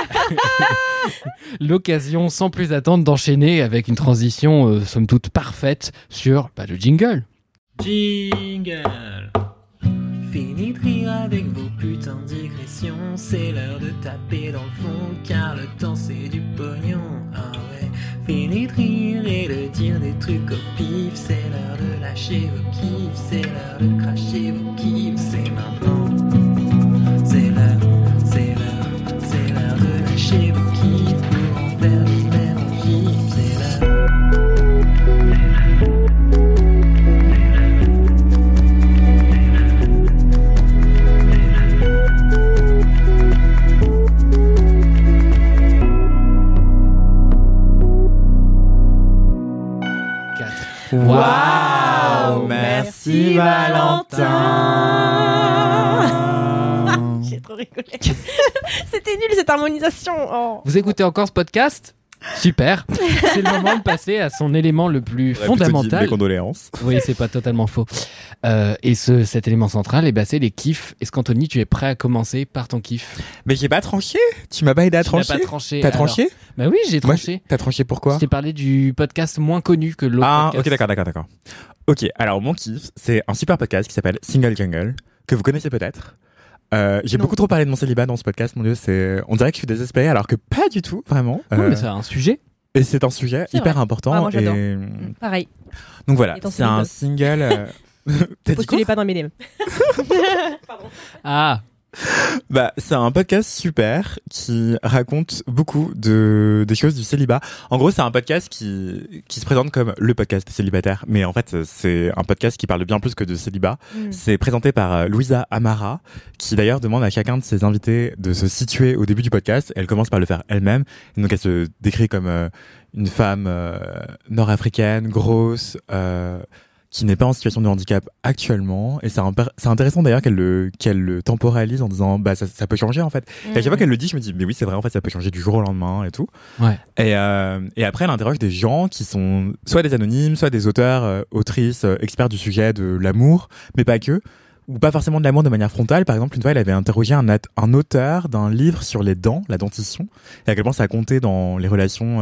L'occasion sans plus attendre d'enchaîner avec une transition somme toute parfaite sur le jingle. Jingle. Fini de rire avec vos putains de digressions. C'est l'heure de taper dans le fond car le temps c'est du pognon. Ah ouais. Fini de rire et de dire des trucs au pif. C'est l'heure de lâcher vos kiffs. C'est l'heure de cracher vos kiffs. C'est maintenant. C'est l'heure de lâcher vos kiffs pour en faire des mêmes en gif. C'est l'heure. Waouh, merci Valentin. J'ai trop rigolé. C'était nul cette harmonisation. Oh. Vous écoutez encore ce podcast ? Super. C'est le moment de passer à son élément le plus fondamental. Mes condoléances. Oui, c'est pas totalement faux. Et cet élément central, c'est les kiffs. Est-ce qu'Anthony, tu es prêt à commencer par ton kiff? Mais j'ai pas tranché. Tu m'as pas aidé à trancher. Pas tranché. T'as tranché? Bah oui, j'ai tranché. T'as tranché pourquoi? Je t'ai parlé du podcast moins connu que l'autre. Ah, podcast. ok, d'accord. Ok, alors mon kiff, c'est un super podcast qui s'appelle Single Jungle, que vous connaissez peut-être. J'ai beaucoup trop parlé de mon célibat dans ce podcast, mon Dieu, on dirait que je suis désespéré, alors que pas du tout, vraiment. Non, mais c'est un sujet. Et c'est un sujet C'est hyper vrai. important. Ah, moi, j'adore. Et... Pareil. Donc voilà, Et ton c'est un single. T'as dit quoi? Postulez pas dans mes DM. Ah, Bah, c'est un podcast super qui raconte beaucoup des choses du célibat. En gros, c'est un podcast qui se présente comme le podcast célibataire, mais en fait, c'est un podcast qui parle bien plus que de célibat. C'est présenté par Louisa Amara, qui d'ailleurs demande à chacun de ses invités de se situer au début du podcast. Elle commence par le faire elle-même. Et donc, elle se décrit comme une femme nord-africaine, grosse, qui n'est pas en situation de handicap actuellement, et c'est intéressant d'ailleurs qu'elle le temporalise en disant bah ça peut changer en fait. Et à chaque fois qu'elle le dit, je me dis mais oui c'est vrai en fait ça peut changer du jour au lendemain et tout. Ouais. Et après elle interroge des gens qui sont soit des anonymes, soit des auteurs, autrices, experts du sujet de l'amour, mais pas que, ou pas forcément de l'amour de manière frontale. Par exemple, une fois elle avait interrogé un auteur d'un livre sur les dents, la dentition, et à quel point ça a compté dans les relations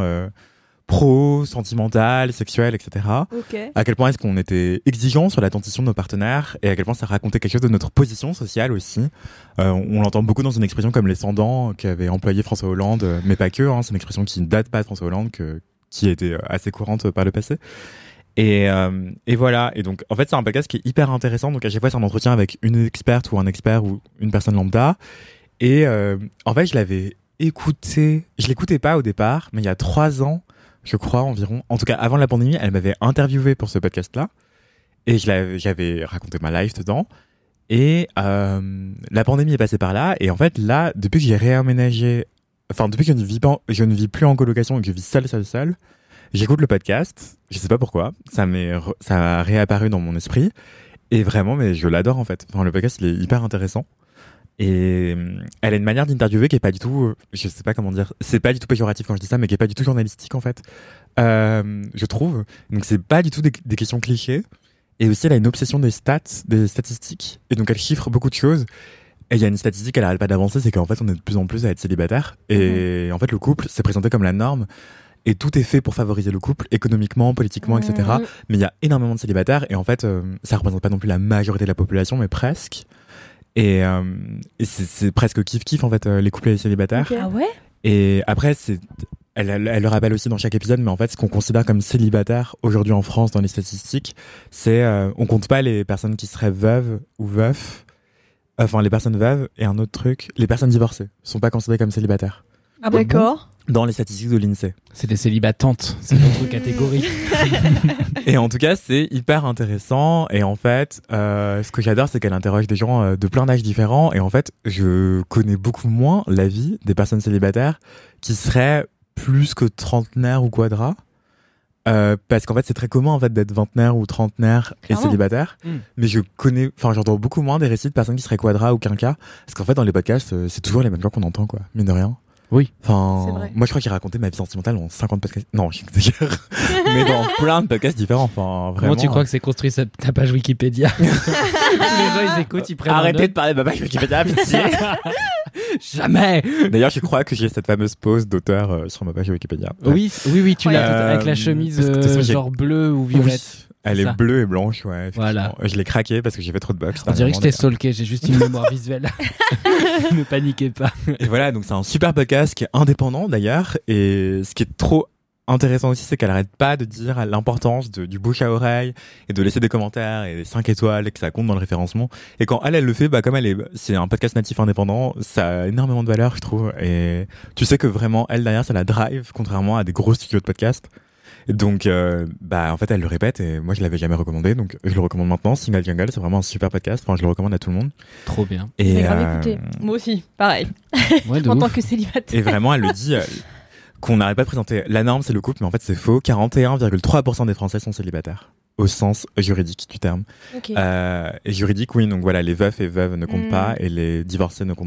sentimentales, sexuelles, etc. Ok. À quel point est-ce qu'on était exigeant sur la dentition de nos partenaires, et à quel point ça racontait quelque chose de notre position sociale aussi. On l'entend beaucoup dans une expression comme les sans-dents qu'avait employé François Hollande, mais pas que, hein, c'est une expression qui ne date pas de François Hollande, qui était assez courante par le passé. Et voilà. Et donc, en fait, c'est un podcast qui est hyper intéressant. Donc, à chaque fois, c'est un entretien avec une experte ou un expert ou une personne lambda. Et en fait, je l'écoutais pas au départ, mais il y a 3 ans, je crois environ. En tout cas, avant la pandémie, elle m'avait interviewé pour ce podcast-là. Et j'avais raconté ma life dedans. Et la pandémie est passée par là. Et en fait, là, depuis que j'ai réaménagé, depuis que je ne vis plus en colocation et que je vis seul, j'écoute le podcast. Je sais pas pourquoi. Ça a réapparu dans mon esprit. Et vraiment, mais je l'adore en fait. Le podcast, il est hyper intéressant. Et elle a une manière d'interviewer qui est pas du tout, je sais pas comment dire, c'est pas du tout péjoratif quand je dis ça, mais qui est pas du tout journalistique en fait, je trouve. Donc c'est pas du tout des questions clichés. Et aussi elle a une obsession des statistiques, et donc elle chiffre beaucoup de choses. Et il y a une statistique qu'elle arrête pas d'avancer, c'est qu'en fait on est de plus en plus à être célibataire. Et en fait le couple c'est présenté comme la norme. Et tout est fait pour favoriser le couple, économiquement, politiquement, etc. Mais il y a énormément de célibataires, et en fait ça représente pas non plus la majorité de la population, mais presque. Et c'est presque kiff-kiff en fait, les couples et les célibataires. Ah ouais? Et après, elle le rappelle aussi dans chaque épisode, mais en fait, ce qu'on considère comme célibataire aujourd'hui en France dans les statistiques, c'est on compte pas les personnes qui seraient veuves ou veufs, enfin les personnes veuves, et un autre truc, les personnes divorcées sont pas considérées comme célibataires. Ah d'accord. Dans les statistiques de l'INSEE. c'est des célibatantes, c'est notre catégorie. Et en tout cas, c'est hyper intéressant. Et en fait, ce que j'adore, c'est qu'elle interroge des gens de plein d'âges différents. Et en fait, je connais beaucoup moins la vie des personnes célibataires qui seraient plus que trentenaires ou quadras. Parce qu'en fait, c'est très commun en fait d'être vingtenaire ou trentenaire et célibataire. Mais j'entends beaucoup moins des récits de personnes qui seraient quadras ou quinquas. Parce qu'en fait, dans les podcasts, c'est toujours les mêmes gens qu'on entend, quoi. Mine de rien. Oui. Enfin, C'est vrai. moi je crois qu'il racontait ma vie sentimentale dans 50 podcasts. Non, j'exagère. Mais dans plein de podcasts différents. Enfin, vraiment. Comment tu crois que c'est construit ta page Wikipédia? Les gens ils écoutent, ils prennent. Arrêtez de parler de ma page Wikipédia, pitié. Jamais. D'ailleurs, je crois que j'ai cette fameuse pose d'auteur sur ma page Wikipédia. Oui, tu l'as avec la chemise parce que de toute façon, j'ai- genre bleue ou violette. Oui. Elle ça. est bleue et blanche, ouais. Voilà. Voilà. Je l'ai craqué parce que j'ai fait trop de box. On dirait que je t'ai stalké, j'ai juste une mémoire visuelle. Ne paniquez pas. Et voilà, donc c'est un super podcast qui est indépendant d'ailleurs. Et ce qui est trop intéressant aussi, c'est qu'elle arrête pas de dire l'importance du bouche à oreille et de laisser des commentaires et des 5 étoiles et que ça compte dans le référencement. Et quand elle le fait, comme c'est un podcast natif indépendant, ça a énormément de valeur, je trouve. Et tu sais que vraiment, elle derrière, ça la drive, contrairement à des gros studios de podcast. Et donc, en fait, elle le répète et moi, je l'avais jamais recommandé, donc je le recommande maintenant. Single Jungle, c'est vraiment un super podcast. Enfin, je le recommande à tout le monde. Trop bien. Et J'ai grave écouté. Moi aussi, pareil. Ouais, de En ouf. tant que célibataire. Et vraiment, elle le dit qu'on n'arrête pas de présenter. La norme, c'est le couple, mais en fait, c'est faux. 41,3% des Français sont célibataires, au sens juridique du terme. Ok. Et juridique, oui, donc voilà, les veufs et veuves ne comptent pas et les divorcés ne comptent pas.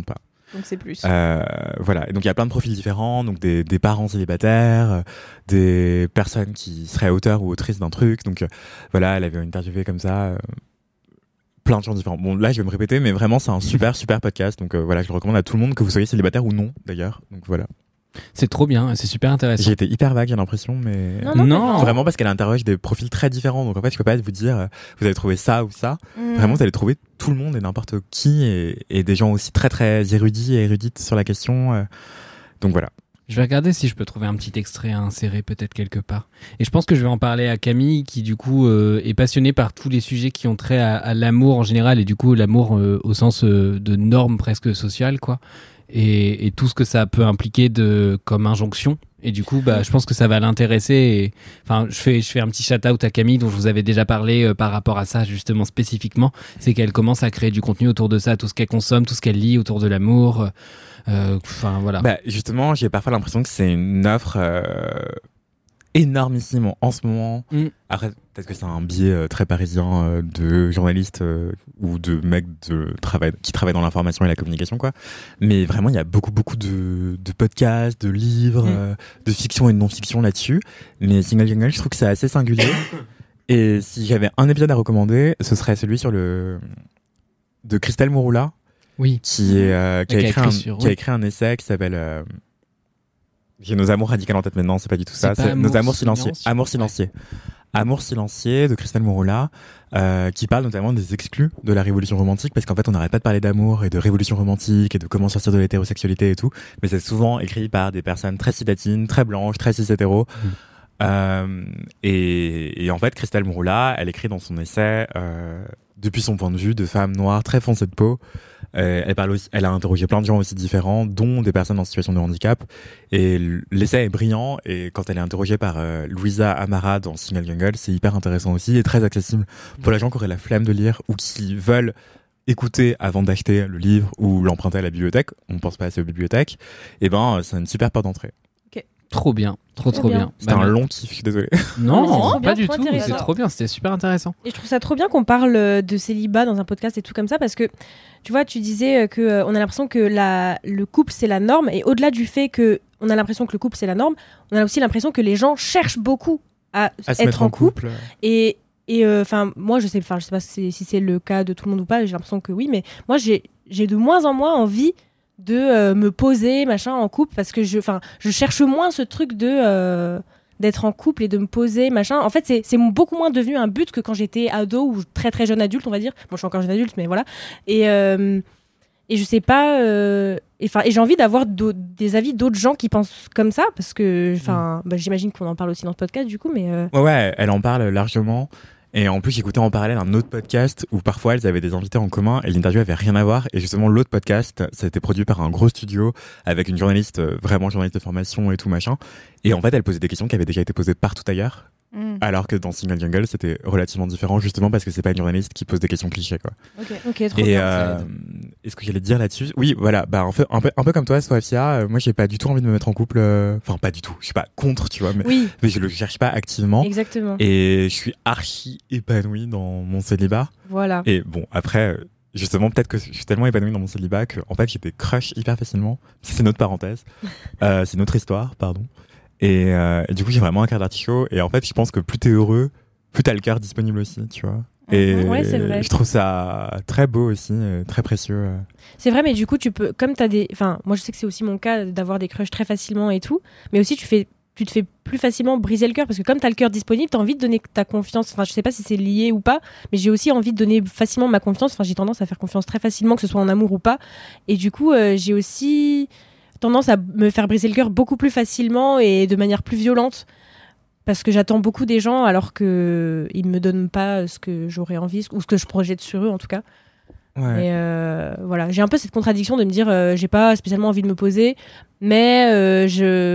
Donc c'est plus. Voilà. Et donc il y a plein de profils différents, donc des parents célibataires, des personnes qui seraient auteurs ou autrices d'un truc. Donc voilà, elle avait interviewé comme ça plein de gens différents. Bon, là je vais me répéter, mais vraiment c'est un super podcast. Donc voilà, je le recommande à tout le monde, que vous soyez célibataire ou non d'ailleurs. Donc voilà. C'est trop bien, c'est super intéressant. J'ai été hyper vague, j'ai l'impression, mais Non. vraiment parce qu'elle interroge des profils très différents. Donc en fait, je peux pas vous dire vous allez trouver ça ou ça. Vraiment, vous allez trouver tout le monde et n'importe qui et des gens aussi très très érudits et érudites sur la question. Donc voilà. Je vais regarder si je peux trouver un petit extrait à insérer peut-être quelque part. Et je pense que je vais en parler à Camille qui du coup est passionnée par tous les sujets qui ont trait à l'amour en général et du coup l'amour au sens de normes presque sociales quoi. Et tout ce que ça peut impliquer comme injonction. Et du coup, je pense que ça va l'intéresser. Et, enfin, je fais un petit shout-out à Camille, dont je vous avais déjà parlé par rapport à ça, justement, spécifiquement. C'est qu'elle commence à créer du contenu autour de ça, tout ce qu'elle consomme, tout ce qu'elle lit autour de l'amour. Enfin, voilà. Justement, j'ai parfois l'impression que c'est une offre énormissime en ce moment. Après, peut-être que c'est un biais très parisien de journalistes ou de mecs qui travaillent dans l'information et la communication, quoi. Mais vraiment, il y a beaucoup de podcasts, de livres, de fiction et de non-fiction là-dessus. Mais Single Jungle, je trouve que c'est assez singulier. Et si j'avais un épisode à recommander, ce serait celui de Christelle Mouroula. Oui. Qui a écrit un essai qui s'appelle J'ai nos amours radicales en tête maintenant, c'est pas du tout ça. C'est Nos amours silencieux. Amour silencieux. Ouais. Amour silencieux de Christelle Mouroula, qui parle notamment des exclus de la révolution romantique, parce qu'en fait on n'arrête pas de parler d'amour et de révolution romantique et de comment sortir de l'hétérosexualité et tout, mais c'est souvent écrit par des personnes très cis-latines, très blanches, très cis-hétéros. Et en fait Christelle Mouroula, elle écrit dans son essai depuis son point de vue de femme noire très foncée de peau. Elle a interrogé plein de gens aussi différents, dont des personnes en situation de handicap. Et l'essai est brillant. Et quand elle est interrogée par Louisa Amara dans Single Jungle, c'est hyper intéressant aussi et très accessible pour les gens qui auraient la flemme de lire ou qui veulent écouter avant d'acheter le livre ou l'emprunter à la bibliothèque. On ne pense pas assez aux bibliothèques. Et c'est une super porte d'entrée. Trop bien, trop bien. C'était un long kiff, je suis désolé. Non, pas du tout, c'est trop bien, c'était super intéressant. Et je trouve ça trop bien qu'on parle de célibat dans un podcast et tout comme ça, parce que tu vois, tu disais que on a l'impression que le couple c'est la norme, et au-delà du fait que on a l'impression que le couple c'est la norme, on a aussi l'impression que les gens cherchent beaucoup à être en couple. Et moi je sais pas si c'est le cas de tout le monde ou pas, j'ai l'impression que oui, mais moi j'ai de moins en moins envie de me poser machin en couple, parce que je cherche moins ce truc d'être en couple et de me poser machin. En fait c'est beaucoup moins devenu un but que quand j'étais ado ou très très jeune adulte, on va dire. Bon, je suis encore jeune adulte, mais voilà. Et je sais pas et j'ai envie d'avoir des avis d'autres gens qui pensent comme ça, parce que j'imagine qu'on en parle aussi dans ce podcast du coup, mais ouais, elle en parle largement. Et en plus, j'écoutais en parallèle un autre podcast où parfois elles avaient des invités en commun et l'interview avait rien à voir. Et justement, l'autre podcast, ça a été produit par un gros studio avec une journaliste, vraiment journaliste de formation et tout machin. Et en fait, elle posait des questions qui avaient déjà été posées partout ailleurs. Alors que dans Single Jungle, c'était relativement différent, justement parce que c'est pas une journaliste qui pose des questions clichés, quoi. Ok, trop bien. Est-ce que j'allais dire là-dessus? Oui, voilà, un peu comme toi, Sofia, moi j'ai pas du tout envie de me mettre en couple, enfin pas du tout, je suis pas contre, tu vois, mais je le cherche pas activement. Exactement. Et je suis archi épanoui dans mon célibat. Voilà. Et bon, après, justement, peut-être que je suis tellement épanoui dans mon célibat que, en fait, j'ai des crushs hyper facilement. C'est une autre parenthèse. C'est une autre histoire, pardon. Et du coup, j'ai vraiment un cœur d'artichaut. Et en fait, je pense que plus t'es heureux, plus t'as le cœur disponible aussi, tu vois. Et ouais, c'est vrai. Je trouve ça très beau aussi, très précieux. C'est vrai, mais du coup, tu peux, comme t'as des, enfin, moi je sais que c'est aussi mon cas d'avoir des crushs très facilement et tout, mais aussi tu te fais plus facilement briser le cœur, parce que comme t'as le cœur disponible, t'as envie de donner ta confiance. Enfin, je sais pas si c'est lié ou pas, mais j'ai aussi envie de donner facilement ma confiance. Enfin, j'ai tendance à faire confiance très facilement, que ce soit en amour ou pas. Et du coup, j'ai aussi tendance à me faire briser le cœur beaucoup plus facilement et de manière plus violente, parce que j'attends beaucoup des gens alors que ils me donnent pas ce que j'aurais envie ou ce que je projette sur eux en tout cas. Ouais. Et voilà, j'ai un peu cette contradiction de me dire j'ai pas spécialement envie de me poser, mais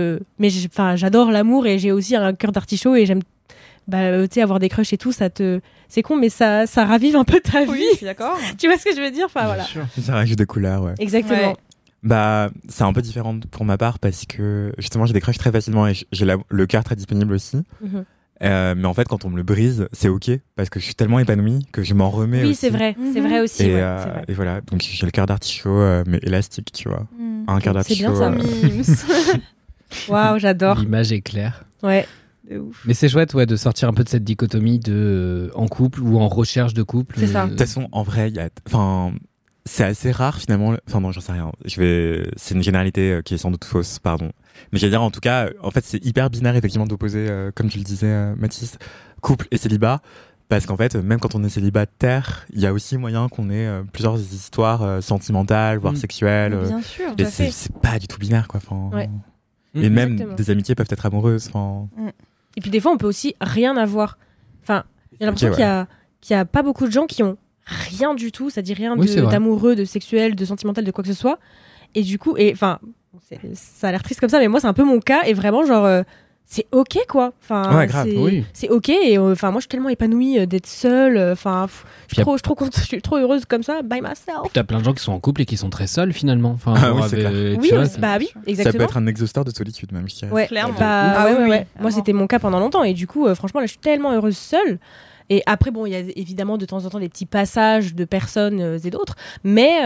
j'adore l'amour et j'ai aussi un cœur d'artichaut et j'aime tu sais, avoir des crushs et tout, c'est con, mais ça ravive un peu ta vie. Oui, je suis d'accord. Tu vois ce que je veux dire, enfin voilà. Ça rajoute des couleurs, ouais. Exactement. Ouais. C'est un peu différent pour ma part parce que justement j'ai des crushs très facilement et j'ai le cœur très disponible aussi. Mais en fait, quand on me le brise, c'est ok parce que je suis tellement épanouie que je m'en remets Oui, aussi. c'est vrai aussi. Et, ouais, c'est vrai. et voilà, donc j'ai le cœur d'artichaut, mais élastique, tu vois. Un cœur C'est bien d'artichaut. ça. Waouh, j'adore. L'image est claire. Ouais. De ouf. Mais c'est chouette de sortir un peu de cette dichotomie de en couple ou en recherche de couple. C'est ça. De toute façon, en vrai, c'est assez rare finalement. Enfin non, j'en sais rien. C'est une généralité qui est sans doute fausse, pardon. Mais j'allais dire, en tout cas, en fait, c'est hyper binaire effectivement d'opposer, comme tu le disais, Mathis, couple et célibat. Parce qu'en fait, même quand on est célibataire, il y a aussi moyen qu'on ait plusieurs histoires sentimentales, voire sexuelles. Bien sûr. Et c'est pas du tout binaire, quoi. Ouais. Et même Exactement. des amitiés peuvent être amoureuses. Et puis des fois, on peut aussi rien avoir. Enfin, j'ai l'impression Ok, qu'il y a pas beaucoup de gens qui ont rien du tout, c'est-à-dire rien Oui, c'est vrai. d'amoureux, de sexuel, de sentimental, de quoi que ce soit. Et du coup, enfin, ça a l'air triste comme ça, mais moi, c'est un peu mon cas. Et vraiment, genre, c'est ok, quoi. Enfin, Ouais, grave, oui. c'est ok. Et enfin, moi, je suis tellement épanouie d'être seule. Enfin, je suis trop heureuse comme ça, by myself. T'as plein de gens qui sont en couple et qui sont très seuls finalement. Enfin, Ah genre oui, c'est clair. tu Oui, vois, bah oui, Ça exactement. peut être un exhausteur de solitude, même, je dirais. Ouais, Clairement. bah, Ah ouais, oui, ouais, oui, ouais. Moi, clairement. c'était mon cas pendant longtemps. Et du coup, franchement, là, je suis tellement heureuse seule. Et après, bon, il y a évidemment de temps en temps des petits passages de personnes et d'autres. Mais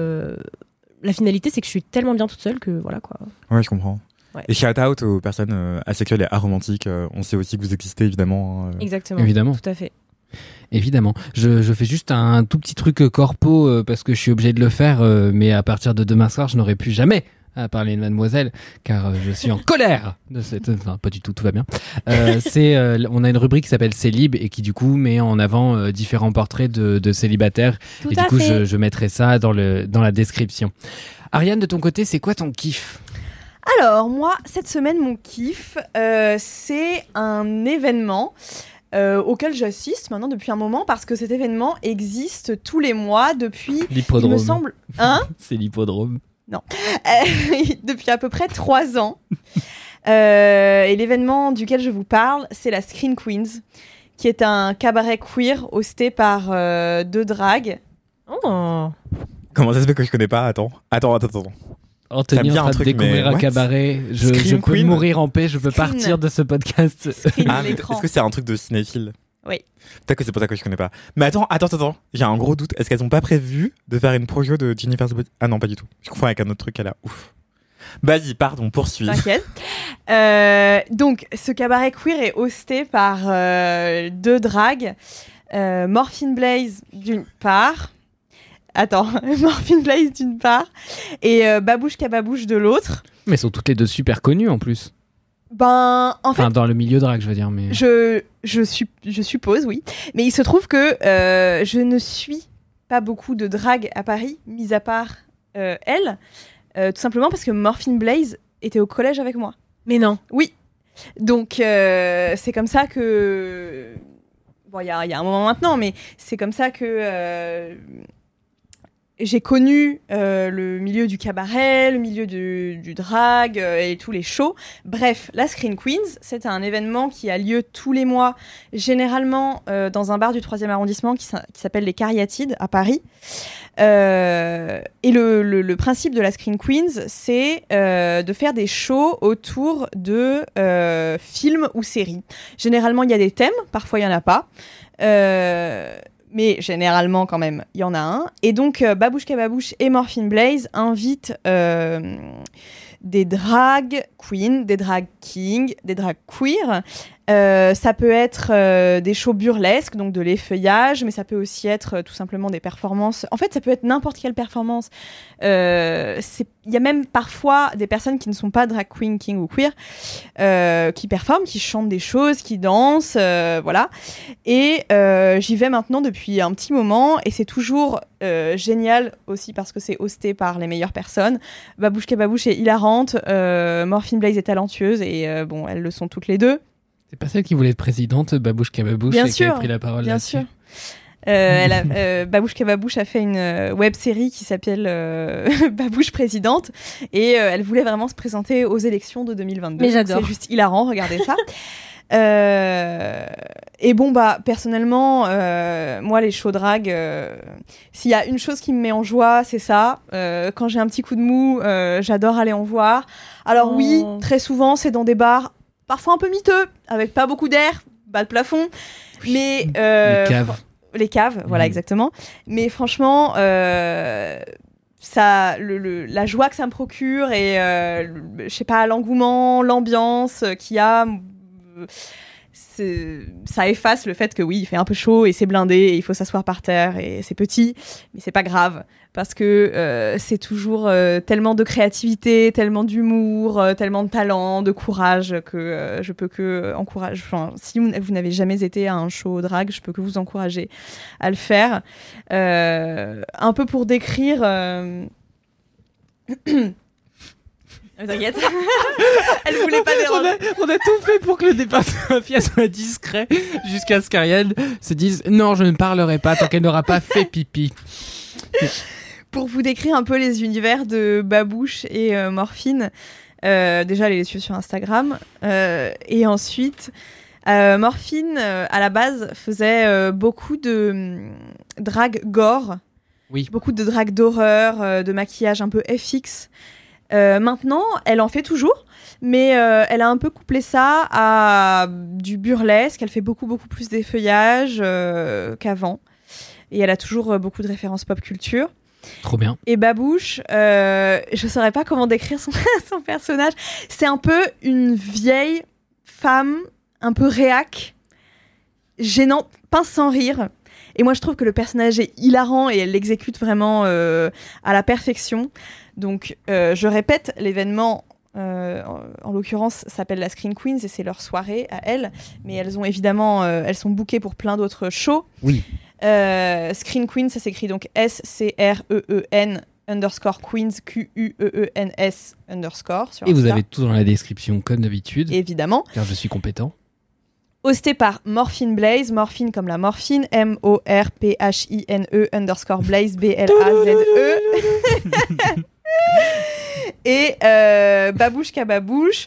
la finalité, c'est que je suis tellement bien toute seule que voilà, quoi. Ouais, je comprends. Ouais. Et shout out aux personnes asexuelles et aromantiques. On sait aussi que vous existez, évidemment. Exactement. Évidemment. Tout à fait. Évidemment. Je fais juste un tout petit truc corpo parce que je suis obligé de le faire, mais à partir de demain soir, je n'aurai plus jamais à parler de mademoiselle car je suis en colère de cette... Enfin, pas du tout, tout va bien. On a une rubrique qui s'appelle Célib et qui du coup met en avant différents portraits de célibataires. Tout Et du à coup, fait. je mettrai ça dans la description. Ariane, de ton côté, c'est quoi ton kiff? Alors, moi, cette semaine, mon kiff, c'est un événement auquel j'assiste maintenant depuis un moment parce que cet événement existe tous les mois depuis, il L'hippodrome. me semble, C'est l'hippodrome. depuis à peu près 3 ans. Et l'événement duquel je vous parle, c'est la Screen Queens, qui est un cabaret queer hosté par 2 drags. Oh. Comment ça se fait que je connais pas? Attends. Anthony Ça me est en vient un train de truc, mais découvrir un what? cabaret. Je Scream peux Queen mourir en paix, je peux Screen. partir de ce podcast. Screen Ah, de mais l'écran. est-ce que c'est un truc de cinéphile? Oui. Peut-être que c'est pour ça que je connais pas. Mais attends. J'ai un gros doute. Est-ce qu'elles ont pas prévu de faire une projo de Jennifer's Body? Ah non, pas du tout. Je confonds avec un autre truc qu'elle a. Ouf. Vas-y, pardon, poursuis. T'inquiète. Donc, ce cabaret queer est hosté par 2 drags. Morphine Blaze d'une part. Morphine Blaze d'une part. Et Babouche Kababouche de l'autre. Mais elles sont toutes les deux super connues en plus. Ben, en fait, Enfin, dans le milieu drague, je veux dire. Mais... je suppose, oui. Mais il se trouve que je ne suis pas beaucoup de drague à Paris, mis à part elle. Tout simplement parce que Morphine Blaze était au collège avec moi. Mais non. Oui. Donc, c'est comme ça que... Bon, il y a un moment maintenant, mais c'est comme ça que j'ai connu le milieu du cabaret, le milieu du drag et tous les shows. Bref, la Screen Queens, c'est un événement qui a lieu tous les mois, généralement dans un bar du 3e arrondissement qui s'appelle les Cariatides à Paris. Et le principe de la Screen Queens, c'est de faire des shows autour de films ou séries. Généralement, il y a des thèmes, parfois il n'y en a pas. Mais généralement, quand même, il y en a un. Et donc, Babouche Kababouche et Morphine Blaze invitent des drag queens, des drag kings, des drag queer. Ça peut être des shows burlesques, donc de l'effeuillage, mais ça peut aussi être tout simplement des performances. En fait, ça peut être n'importe quelle performance. Il y a même parfois des personnes qui ne sont pas drag queen, king ou queer, qui performent, qui chantent des choses, qui dansent, voilà. Et j'y vais maintenant depuis un petit moment, et c'est toujours génial aussi parce que c'est hosté par les meilleures personnes. Babouche Kababouche est hilarante, Morphine Blaze est talentueuse, et bon, elles le sont toutes les deux. C'est pas celle qui voulait être présidente, Babouche Kababouche, Bien et qui a sûr, pris la parole bien là-dessus. sûr. Babouche Kababouche a fait une web-série qui s'appelle Babouche Présidente, et elle voulait vraiment se présenter aux élections de 2022. Mais j'adore. C'est juste hilarant, regardez ça. Et bon, bah, personnellement, moi, les shows drag, s'il y a une chose qui me met en joie, c'est ça. Quand j'ai un petit coup de mou, j'adore aller en voir. Alors oui, très souvent, c'est dans des bars parfois un peu miteux, avec pas beaucoup d'air, bas de plafond. Mais les caves, voilà exactement. Mais franchement, ça, la joie que ça me procure et je sais pas, l'engouement, l'ambiance qu'il y a, ça efface le fait que oui, il fait un peu chaud et c'est blindé et il faut s'asseoir par terre et c'est petit, mais c'est pas grave parce que c'est toujours tellement de créativité, tellement d'humour, tellement de talent, de courage que je peux que encourager. Enfin, si vous n'avez jamais été à un show drag, je peux que vous encourager à le faire. Un peu pour décrire. T'inquiète. Elle voulait pas déranger. On a tout fait pour que le départ de Mafia soit discret jusqu'à ce qu'Ariane se dise non, je ne parlerai pas tant qu'elle n'aura pas fait pipi. Pour vous décrire un peu les univers de Babouche et Morphine, déjà allez les suivre sur Instagram et ensuite Morphine à la base faisait beaucoup de drag gore, beaucoup de drag d'horreur, de maquillage un peu FX. Maintenant, elle en fait toujours, mais elle a un peu couplé ça à du burlesque. Elle fait beaucoup plus d'effeuillage qu'avant. Et elle a toujours beaucoup de références pop culture. Trop bien. Et Babouche, je ne saurais pas comment décrire son personnage. C'est un peu une vieille femme, un peu réac, gênante, pince sans rire. Et moi, je trouve que le personnage est hilarant et elle l'exécute vraiment à la perfection. Donc, je répète, l'événement, en l'occurrence, s'appelle la Screen Queens et c'est leur soirée à elles. Mais elles ont évidemment, elles sont bookées pour plein d'autres shows. Oui. Screen Queens, ça s'écrit donc SCREEN _Queens QUEENS _ sur Et vous Insta. avez tout dans la description comme d'habitude. Évidemment. Car je suis compétent. Hosté par Morphine Blaze, Morphine comme la morphine, MORPHINE _ Blaze BLAZE. Et Babouche Kababouche,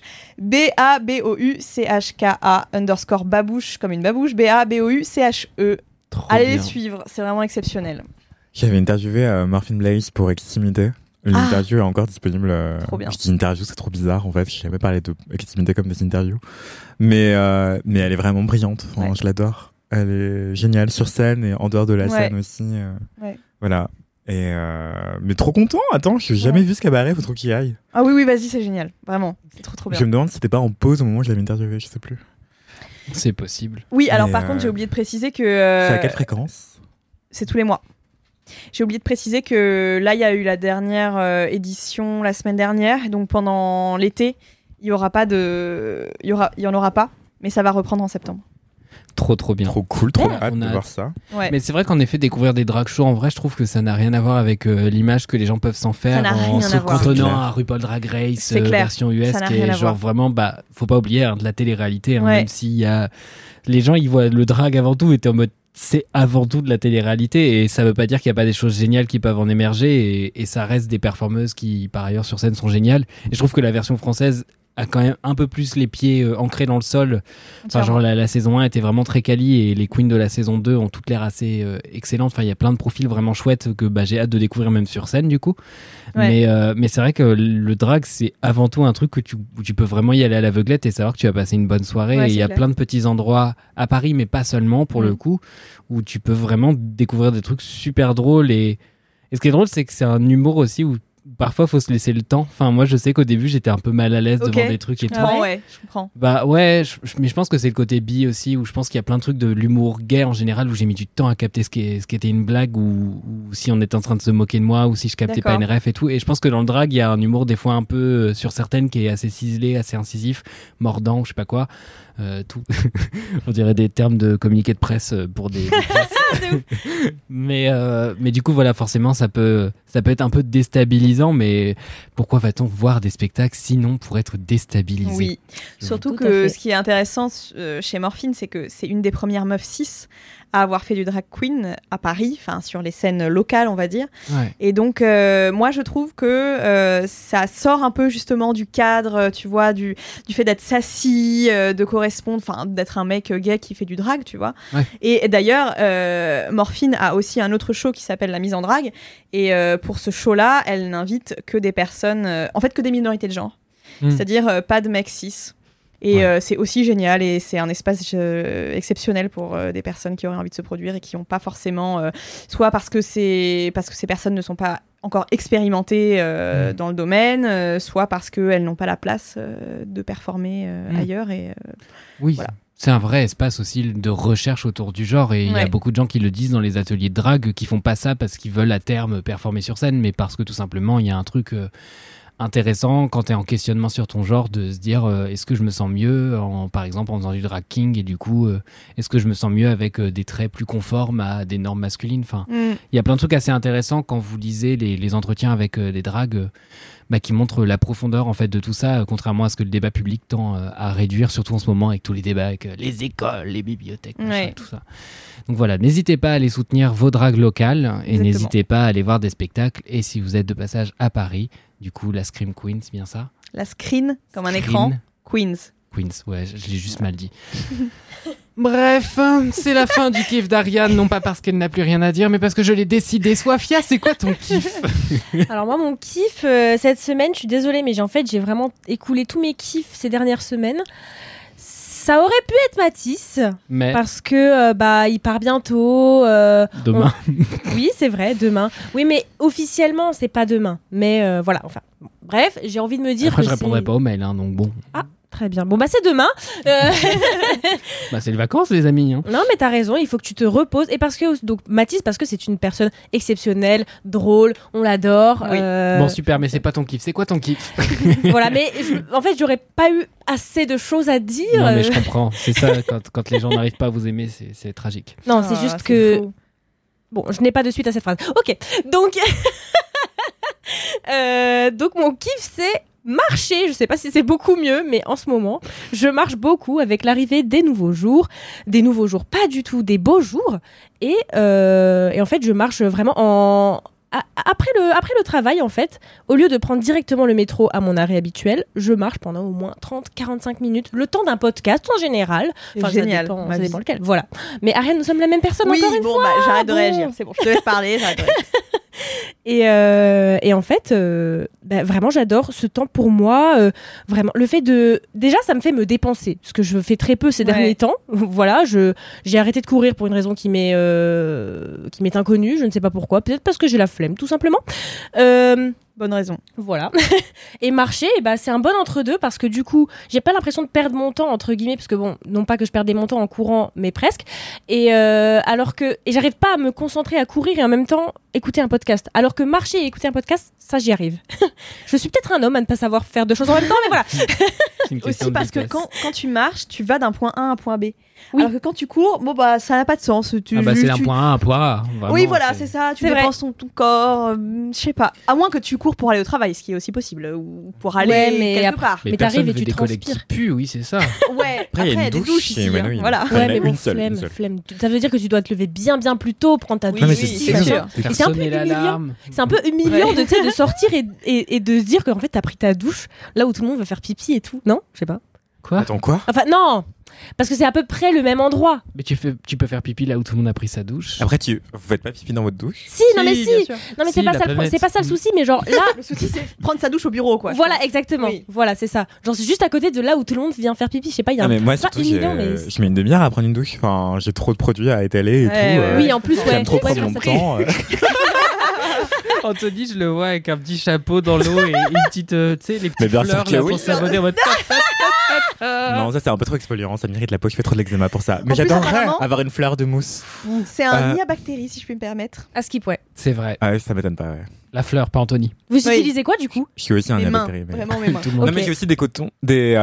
BABOUCHKA _ Babouche comme une babouche, BABOUCHE. Trop Allez bien. les suivre, c'est vraiment exceptionnel. J'avais interviewé Morphine Blaze pour Extimité. L'interview est encore disponible. Trop bien. Je dis interview, c'est trop bizarre en fait. Je n'avais jamais parlé de Extimité comme des interviews. Mais elle est vraiment brillante. Enfin, Ouais. Je l'adore. Elle est géniale sur scène et en dehors de la scène aussi. Ouais. Voilà. Et mais trop content. Attends, je n'ai jamais vu ce cabaret. Faut trop qu'il y aille. Ah oui, vas-y, c'est génial. Vraiment, c'est trop bien. Je me demande si c'était pas en pause au moment où je l'avais interviewé. Je sais plus. C'est possible. Oui, alors Mais, par contre, j'ai oublié de préciser que... C'est à quelle fréquence? C'est tous les mois. J'ai oublié de préciser que là, il y a eu la dernière édition la semaine dernière. Et donc pendant l'été, il y en aura pas, mais ça va reprendre en septembre. Trop bien. Trop cool, trop Ouais, hâte on de a voir hâte. ça. Ouais. Mais c'est vrai qu'en effet, découvrir des drag shows, en vrai, je trouve que ça n'a rien à voir avec l'image que les gens peuvent s'en faire n'a en rien se à voir. cantonnant C'est clair. à RuPaul Drag Race C'est clair. version US, Ça n'a qui rien est à genre voir. vraiment, faut pas oublier de la télé-réalité, Ouais. même s'il y a... Les gens, ils voient le drag avant tout, et t'es en mode, c'est avant tout de la télé-réalité, et ça veut pas dire qu'il y a pas des choses géniales qui peuvent en émerger, et ça reste des performeuses qui, par ailleurs, sur scène, sont géniales. Et je trouve que la version française a quand même un peu plus les pieds ancrés dans le sol. Enfin, genre la saison 1 était vraiment très quali et les queens de la saison 2 ont toutes l'air assez excellentes. Enfin, il y a plein de profils vraiment chouettes que j'ai hâte de découvrir même sur scène du coup. Ouais. Mais c'est vrai que le drag, c'est avant tout un truc où tu peux vraiment y aller à l'aveuglette et savoir que tu vas passer une bonne soirée. Ouais, et il y a clair. plein de petits endroits à Paris, mais pas seulement pour le coup, où tu peux vraiment découvrir des trucs super drôles. Et ce qui est drôle, c'est que c'est un humour aussi où parfois faut se laisser le temps. Enfin, moi je sais qu'au début j'étais un peu mal à l'aise devant des trucs et tout. Je comprends. Bah ouais, mais je pense que c'est le côté bi aussi, où je pense qu'il y a plein de trucs de l'humour gay en général, où j'ai mis du temps à capter ce qui était une blague, ou si on était en train de se moquer de moi, ou si je captais pas une ref et tout. Et je pense que dans le drag, il y a un humour des fois un peu sur certaines qui est assez ciselé, assez incisif, mordant, ou je sais pas quoi. Tout. On dirait des termes de communiqué de presse pour des presses. mais du coup, voilà, forcément, ça peut être un peu déstabilisant, mais pourquoi va-t-on voir des spectacles sinon pour être déstabilisé? Oui, surtout Tout à que fait. ce qui est intéressant chez Morphine, c'est que c'est une des premières meufs cis à avoir fait du drag queen à Paris, enfin sur les scènes locales, on va dire. Ouais. Et donc, moi, je trouve que ça sort un peu justement du cadre, tu vois, du fait d'être sassy, de correspondre, enfin, d'être un mec gay qui fait du drag, tu vois. Ouais. Et d'ailleurs, Morphine a aussi un autre show qui s'appelle La Mise en Drague. Et pour ce show-là, elle n'invite que des personnes, en fait, que des minorités de genre. C'est-à-dire pas de mecs cis. Et c'est aussi génial et c'est un espace exceptionnel pour des personnes qui auraient envie de se produire et qui n'ont pas forcément, soit parce que ces personnes ne sont pas encore expérimentées dans le domaine, soit parce qu'elles n'ont pas la place de performer ailleurs. Oui, voilà. C'est un vrai espace aussi de recherche autour du genre et il y a beaucoup de gens qui le disent dans les ateliers de drague qui font pas ça parce qu'ils veulent à terme performer sur scène, mais parce que tout simplement il y a un truc intéressant quand tu es en questionnement sur ton genre de se dire est-ce que je me sens mieux par exemple en faisant du drag king et du coup est-ce que je me sens mieux avec des traits plus conformes à des normes masculines. Enfin, il y a plein de trucs assez intéressants quand vous lisez les entretiens avec des dragues qui montrent la profondeur en fait de tout ça, contrairement à ce que le débat public tend à réduire, surtout en ce moment avec tous les débats avec les écoles, les bibliothèques, machin, tout ça. Donc voilà, n'hésitez pas à aller soutenir vos dragues locales et n'hésitez pas à aller voir des spectacles. Et si vous êtes de passage à Paris, du coup, la Scream Queen, c'est bien ça ? La screen, comme un écran. Queens, ouais, je l'ai juste mal dit. Bref, c'est la fin du kiff d'Ariane, non pas parce qu'elle n'a plus rien à dire, mais parce que je l'ai décidé. Soifia, c'est quoi ton kiff ? Alors moi, mon kiff, cette semaine, je suis désolée, mais j'ai vraiment écoulé tous mes kiffs ces dernières semaines. Ça aurait pu être Mathis, parce que il part bientôt. Demain. Oui, c'est vrai, demain. Oui, mais officiellement, c'est pas demain. Mais voilà, enfin. Bref, j'ai envie de me dire Après, je répondrai pas aux mails, donc bon. Ah, très bien. Bon, c'est demain. C'est les vacances, les amis. Non, mais t'as raison, il faut que tu te reposes. Et parce que, donc, Mathis, parce que c'est une personne exceptionnelle, drôle, on l'adore. Oui. Bon, super, mais c'est pas ton kiff. C'est quoi ton kiff ? Voilà, mais en fait, j'aurais pas eu assez de choses à dire. Non, mais je comprends. C'est ça, quand les gens n'arrivent pas à vous aimer, c'est tragique. Non, c'est juste que... Faux. Bon, je n'ai pas de suite à cette phrase. Ok, donc... donc, mon kiff, c'est... marcher, je sais pas si c'est beaucoup mieux, mais en ce moment, je marche beaucoup avec l'arrivée des nouveaux jours, pas du tout, des beaux jours, et en fait, je marche vraiment après le travail, en fait, au lieu de prendre directement le métro à mon arrêt habituel, je marche pendant au moins 30-45 minutes, le temps d'un podcast en général. Enfin, génial. Ça dépend lequel. Voilà. Mais Ariane, nous sommes la même personne encore une fois. J'arrête de réagir. C'est bon, je te laisse parler, j'arrête de réagir. Et en fait, vraiment, j'adore ce temps pour moi. Vraiment, le fait de... Déjà, ça me fait me dépenser, ce que je fais très peu ces derniers temps. Voilà, j'ai arrêté de courir pour une raison qui m'est inconnue. Je ne sais pas pourquoi. Peut-être parce que j'ai la flemme, tout simplement. Bonne raison. Voilà. Et marcher, c'est un bon entre-deux parce que du coup, j'ai pas l'impression de perdre mon temps, entre guillemets, parce que bon, non pas que je perdais mon temps en courant, mais presque. Et j'arrive pas à me concentrer à courir et en même temps écouter un podcast. Alors que marcher et écouter un podcast, ça j'y arrive. Je suis peut-être un homme à ne pas savoir faire deux choses en même temps, mais voilà. Aussi parce que quand tu marches, tu vas d'un point A à un point B. Oui. Alors que quand tu cours, ça n'a pas de sens. C'est d'un point A à un point A. Vraiment, oui, voilà, c'est ça. Tu dépenses ton corps, je sais pas. À moins que tu cours pour aller au travail, ce qui est aussi possible, ou pour aller quelque part. Mais t'arrives et tu transpires. Oui, c'est ça. Ouais. Après, il y a des douches ici. Voilà. Ouais, mais bon, flemme. Ça veut dire que tu dois te lever bien plus tôt, prendre ta douche. C'est sûr. Et c'est un peu humiliant. C'est un peu humiliant de sortir et de se dire qu'en fait t'as pris ta douche là où tout le monde va faire pipi et tout. Non, je sais pas. Quoi ? Attends, quoi ? Enfin, non. Parce que c'est à peu près le même endroit. Mais tu peux faire pipi là où tout le monde a pris sa douche. Après, vous faites pas pipi dans votre douche ? Si. Non mais c'est pas ça le souci, mais genre là le souci c'est prendre sa douche au bureau, quoi. Voilà, exactement. Oui. Voilà, c'est ça. Genre c'est juste à côté de là où tout le monde vient faire pipi, je sais pas, il y a mais moi surtout je mets une demi-heure à prendre une douche. Enfin, j'ai trop de produits à étaler et tout. Oui, en plus j'aime trop prendre mon temps. Anthony, je le vois avec un petit chapeau dans l'eau et une petite, tu sais, les petites fleurs là pour s'abonner en mode. Non, ça c'est un peu trop exfoliant, ça mérite la peau, je fais trop de l'eczéma pour ça. Mais j'adorerais avoir une fleur de mousse. C'est un nid à bactéries, si je puis me permettre. À skip, ouais. C'est vrai. Ah ouais, ça m'étonne pas, ouais. La fleur, pas Anthony. Vous utilisez quoi du coup ? Je suis aussi un nid à bactéries. Vraiment mes mains. Non, mais j'ai aussi des cotons, des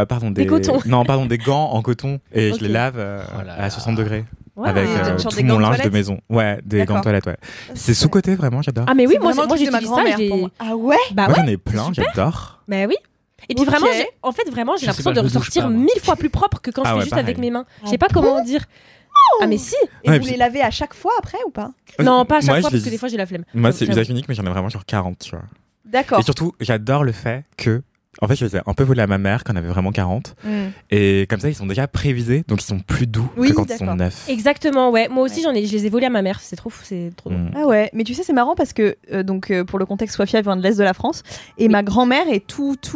gants en coton et je les lave à 60 degrés. Ouais, avec tout mon linge de maison. Ouais, des gants de toilette, ouais. C'est sous-côté vraiment, j'adore. Ah mais oui, moi j'utilise ça. Ah ouais ? Bah ouais. J'en ai plein, j'adore. Bah oui. Et puis vraiment, j'ai l'impression de ressortir 1000 fois plus propre que quand je fais juste avec mes mains. Je sais pas comment dire. Ah mais si. Et vous les lavez à chaque fois après ou pas ? Non, pas à chaque fois parce que des fois j'ai la flemme. Moi c'est usage unique, mais j'en ai vraiment genre 40, tu vois. D'accord. Et surtout, j'adore le fait que En fait, je les ai un peu volés à ma mère quand on avait vraiment 40. Et comme ça, ils sont déjà prévisés, donc ils sont plus doux Oui, que quand ils d'accord. sont neufs. Exactement, ouais. Moi aussi, je les ai volés à ma mère. C'est trop drôle. Mm. Ah ouais, mais tu sais, c'est marrant parce que, pour le contexte, Sofia vient de l'Est de la France et ma grand-mère et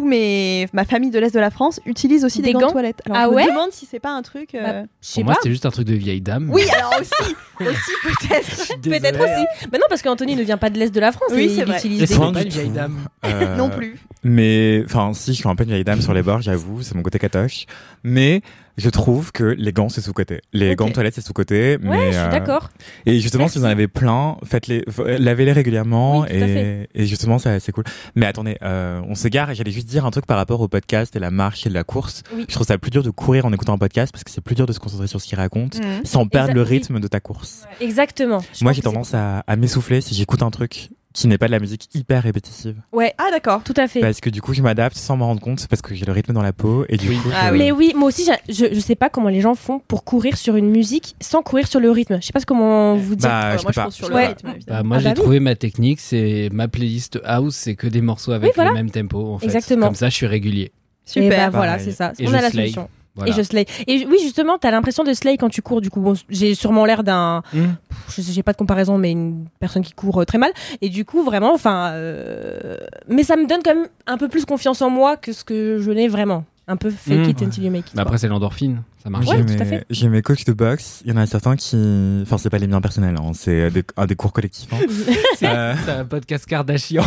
ma famille de l'Est de la France utilisent aussi des gants de toilette. Alors, Ah je ouais me demande si c'est pas un truc. Je sais Pour moi, pas. c'était juste un truc de vieille dame. Oui, alors aussi peut-être. Peut-être aussi. Bah non, parce qu'Anthony ne vient pas de l'Est de la France. Oui, et c'est il vrai. utilise Et des c'est Point pas du une vieille tout. dame. Non plus. Mais, enfin, si, je suis un peu une vieille dame sur les bords, j'avoue, c'est mon côté catoche. Mais je trouve que les gants, c'est sous-côté. Les Ok. gants de toilette, c'est sous-côté. Ouais, mais, je suis d'accord. Et justement, si vous en avez plein, lavez-les régulièrement. Oui, tout à Et justement, c'est cool. Mais attendez, on s'égare et j'allais juste dire un truc par rapport au podcast et la marche et la course. Oui. Je trouve ça plus dur de courir en écoutant un podcast parce que c'est plus dur de se concentrer sur ce qu'il raconte Mhm. sans perdre le oui. rythme de ta course. Exactement. Je Moi, pense j'ai que tendance à m'essouffler si j'écoute un truc qui n'est pas de la musique hyper répétitive. c'est- Ouais, Ah d'accord. tout à fait. Parce que du coup, je m'adapte sans m'en rendre compte parce que j'ai le rythme dans la peau et du Oui. coup. Ah je- oui. Mais oui, moi aussi, je sais pas comment les gens font pour courir sur une musique sans courir sur le rythme. Je sais pas comment vous dire. Bah, je moi peux pas. je pense sur le Ouais. rythme évidemment. Bah, moi, Ah j'ai bah oui. trouvé ma technique, c'est ma playlist house, c'est que des morceaux avec Oui, voilà. le même tempo. En fait. Exactement. Comme ça, je suis régulier. Et bah Super. voilà, Pareil. c'est ça. Et On je a la slay. solution. Voilà. Et je slay. Et oui, justement, t'as l'impression de slay quand tu cours. Du coup, bon, j'ai sûrement l'air d'un. Mmh. J'ai pas de comparaison, mais une personne qui court très mal. Et du coup, vraiment, enfin. Mais ça me donne quand même un peu plus confiance en moi que ce que je n'ai vraiment. Un peu fake it until you make it. Bah, après, c'est l'endorphine. Ça marche. Ouais, j'ai tout à mes- fait. j'ai mes coachs de boxe. Il y en a certains qui. Enfin, c'est pas les miens personnels, hein, c'est un des cours collectifs. Hein. C'est Euh, c'est un podcast Kardashian.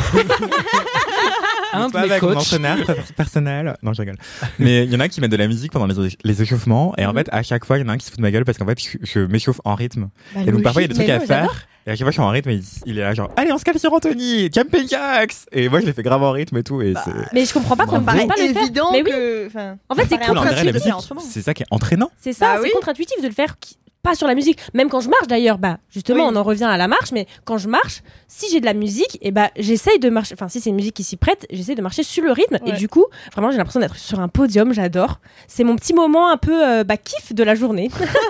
Un de pas mes avec mon coachs. entraîneur personnel. Non, je rigole. Mais il y en a qui mettent de la musique pendant les échauffements. Et en fait, à chaque fois, il y en a un qui se fout de ma gueule parce qu'en fait, je m'échauffe en rythme. Bah, Et donc, parfois, il y a des trucs mais à non, faire. Et à chaque fois, je suis en rythme et il est là, genre, allez, on se calme sur Anthony, camping jacks. Et moi, je l'ai fait grave en rythme et tout. Et c'est. Mais je comprends pas qu'on Ça ne me paraît pas le faire. évident Mais oui. que. enfin, En fait, ça c'est paraît Cool, on dirait impossible la de le faire en musique. ce moment. C'est ça qui est entraînant. C'est ça, Bah c'est oui. contre-intuitif de le faire pas sur la musique. Même quand je marche d'ailleurs, bah justement, Oui. on en revient à la marche, mais quand je marche, si j'ai de la musique, et bah j'essaye de marcher. Enfin, si c'est une musique qui s'y prête, j'essaye de marcher sur le rythme. Et Ouais. du coup, vraiment, j'ai l'impression d'être sur un podium. J'adore. C'est mon petit moment un peu kiff de la journée.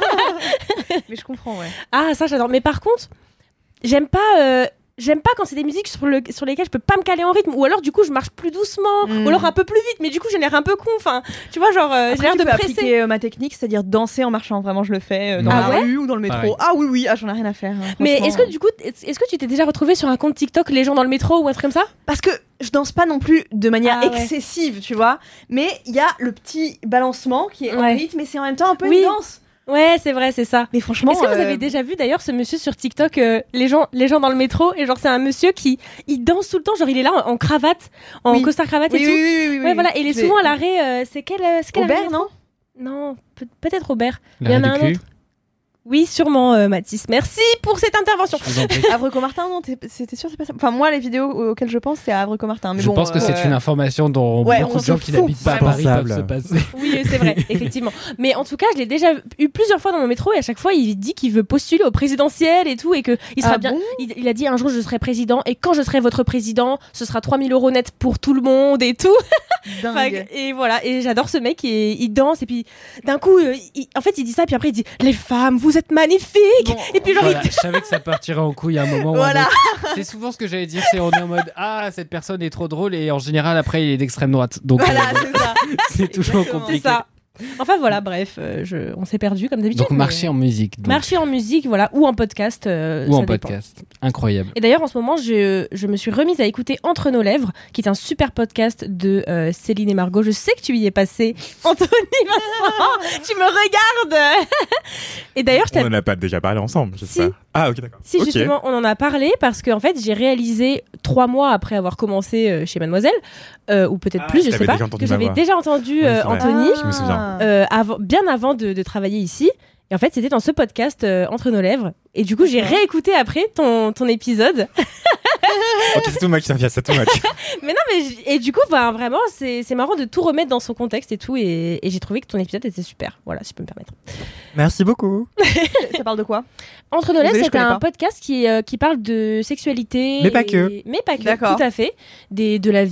Mais je comprends, ouais. Ah, ça, j'adore. Mais par contre, j'aime pas. J'aime pas quand c'est des musiques sur lesquelles je peux pas me caler en rythme, ou alors du coup je marche plus doucement, Mm. ou alors un peu plus vite, mais du coup j'ai l'air un peu con. Enfin, tu vois, genre j'ai Après, l'air tu de peux presser. appliquer ma technique, c'est-à-dire danser en marchant. Vraiment, je le fais dans Ah la ouais rue ou dans le métro. Pareil. Ah oui, oui, j'en ai rien à faire. hein, Mais franchement. est-ce que du coup, est-ce que tu t'es déjà retrouvé sur un compte TikTok, les gens dans le métro ou un truc comme ça? Parce que je danse pas non plus de manière Ah ouais. excessive, tu vois. Mais il y a le petit balancement qui est en Ouais. rythme, mais c'est en même temps un peu Oui. une danse. Ouais, c'est vrai, c'est ça. Mais franchement. Est-ce que vous avez déjà vu d'ailleurs ce monsieur sur TikTok, les gens dans le métro, et genre c'est un monsieur qui il danse tout le temps, genre il est là en cravate, en Oui. costard cravate Oui, et oui, tout. oui, oui, oui, Ouais, voilà, et il est Je souvent à vais- l'arrêt. C'est quel Aubert, arrêt non Non, peut-être Aubert. Il y L'arrêt en a du un cul. autre. Oui, sûrement, Mathis. Merci pour cette intervention. Je vous en prie. Havre-Comartin, non c'était sûr, c'est pas ça. Enfin, moi, les vidéos auxquelles je pense, c'est à Havre-Comartin. Mais Je bon, pense que c'est une information dont Ouais, beaucoup on de gens s'en qui fout, n'habitent pas à Paris impensable. peuvent se passer. Oui, c'est vrai, effectivement. Mais en tout cas, je l'ai déjà eu plusieurs fois dans mon métro, et à chaque fois, il dit qu'il veut postuler au présidentiel et tout, et que il sera Ah bien. bon Il a dit un jour je serai président, et quand je serai votre président, ce sera 3 000 € net pour tout le monde et tout. Enfin, dingue. et voilà, et j'adore ce mec, et il danse, et puis d'un coup, en fait, il dit ça, puis après, il dit les femmes, vous êtes magnifiques. Bon, Et puis genre, Voilà, je savais que ça partirait en couille à un moment ou à un Voilà. autre. C'est souvent ce que j'allais dire, c'est on est en mode ah cette personne est trop drôle et en général après il est d'extrême droite. Donc Voilà, bon, c'est ça. c'est toujours Exactement. compliqué. c'est ça. Enfin voilà, bref, on s'est perdu comme d'habitude. Donc mais- marcher en musique. donc. Marcher en musique, voilà, ou en podcast. Ou ça en dépend. podcast. Incroyable. Et d'ailleurs, en ce moment, je me suis remise à écouter Entre nos lèvres, qui est un super podcast de Céline et Margot. Je sais que tu y es passé, Anthony Vincent. Tu me regardes. Et d'ailleurs, je On t'avais en a pas déjà parlé ensemble, j'espère. Ah, ok, d'accord. Si Ok. justement on en a parlé parce que en fait j'ai réalisé 3 mois après avoir commencé chez Mademoiselle ou peut-être Ah, plus, je t'avais sais pas, déjà entendu que ma j'avais voix. déjà entendu Oui, c'est vrai. Anthony Je me souviens. bien avant de travailler ici. Et en fait c'était dans ce podcast Entre nos lèvres. Et du coup j'ai D'accord. réécouté après ton épisode. Ok, c'est too much, Sophia, c'est too much. Mais non mais et du coup bah, vraiment c'est marrant de tout remettre dans son contexte et tout. Et j'ai trouvé que ton épisode était super. Voilà, si je peux me permettre. Merci beaucoup. Ça parle de quoi Entre nos lèvres, Désolée, je c'est connais un pas. podcast qui parle de sexualité. Mais pas que. Mais pas que, D'accord. tout à fait. De la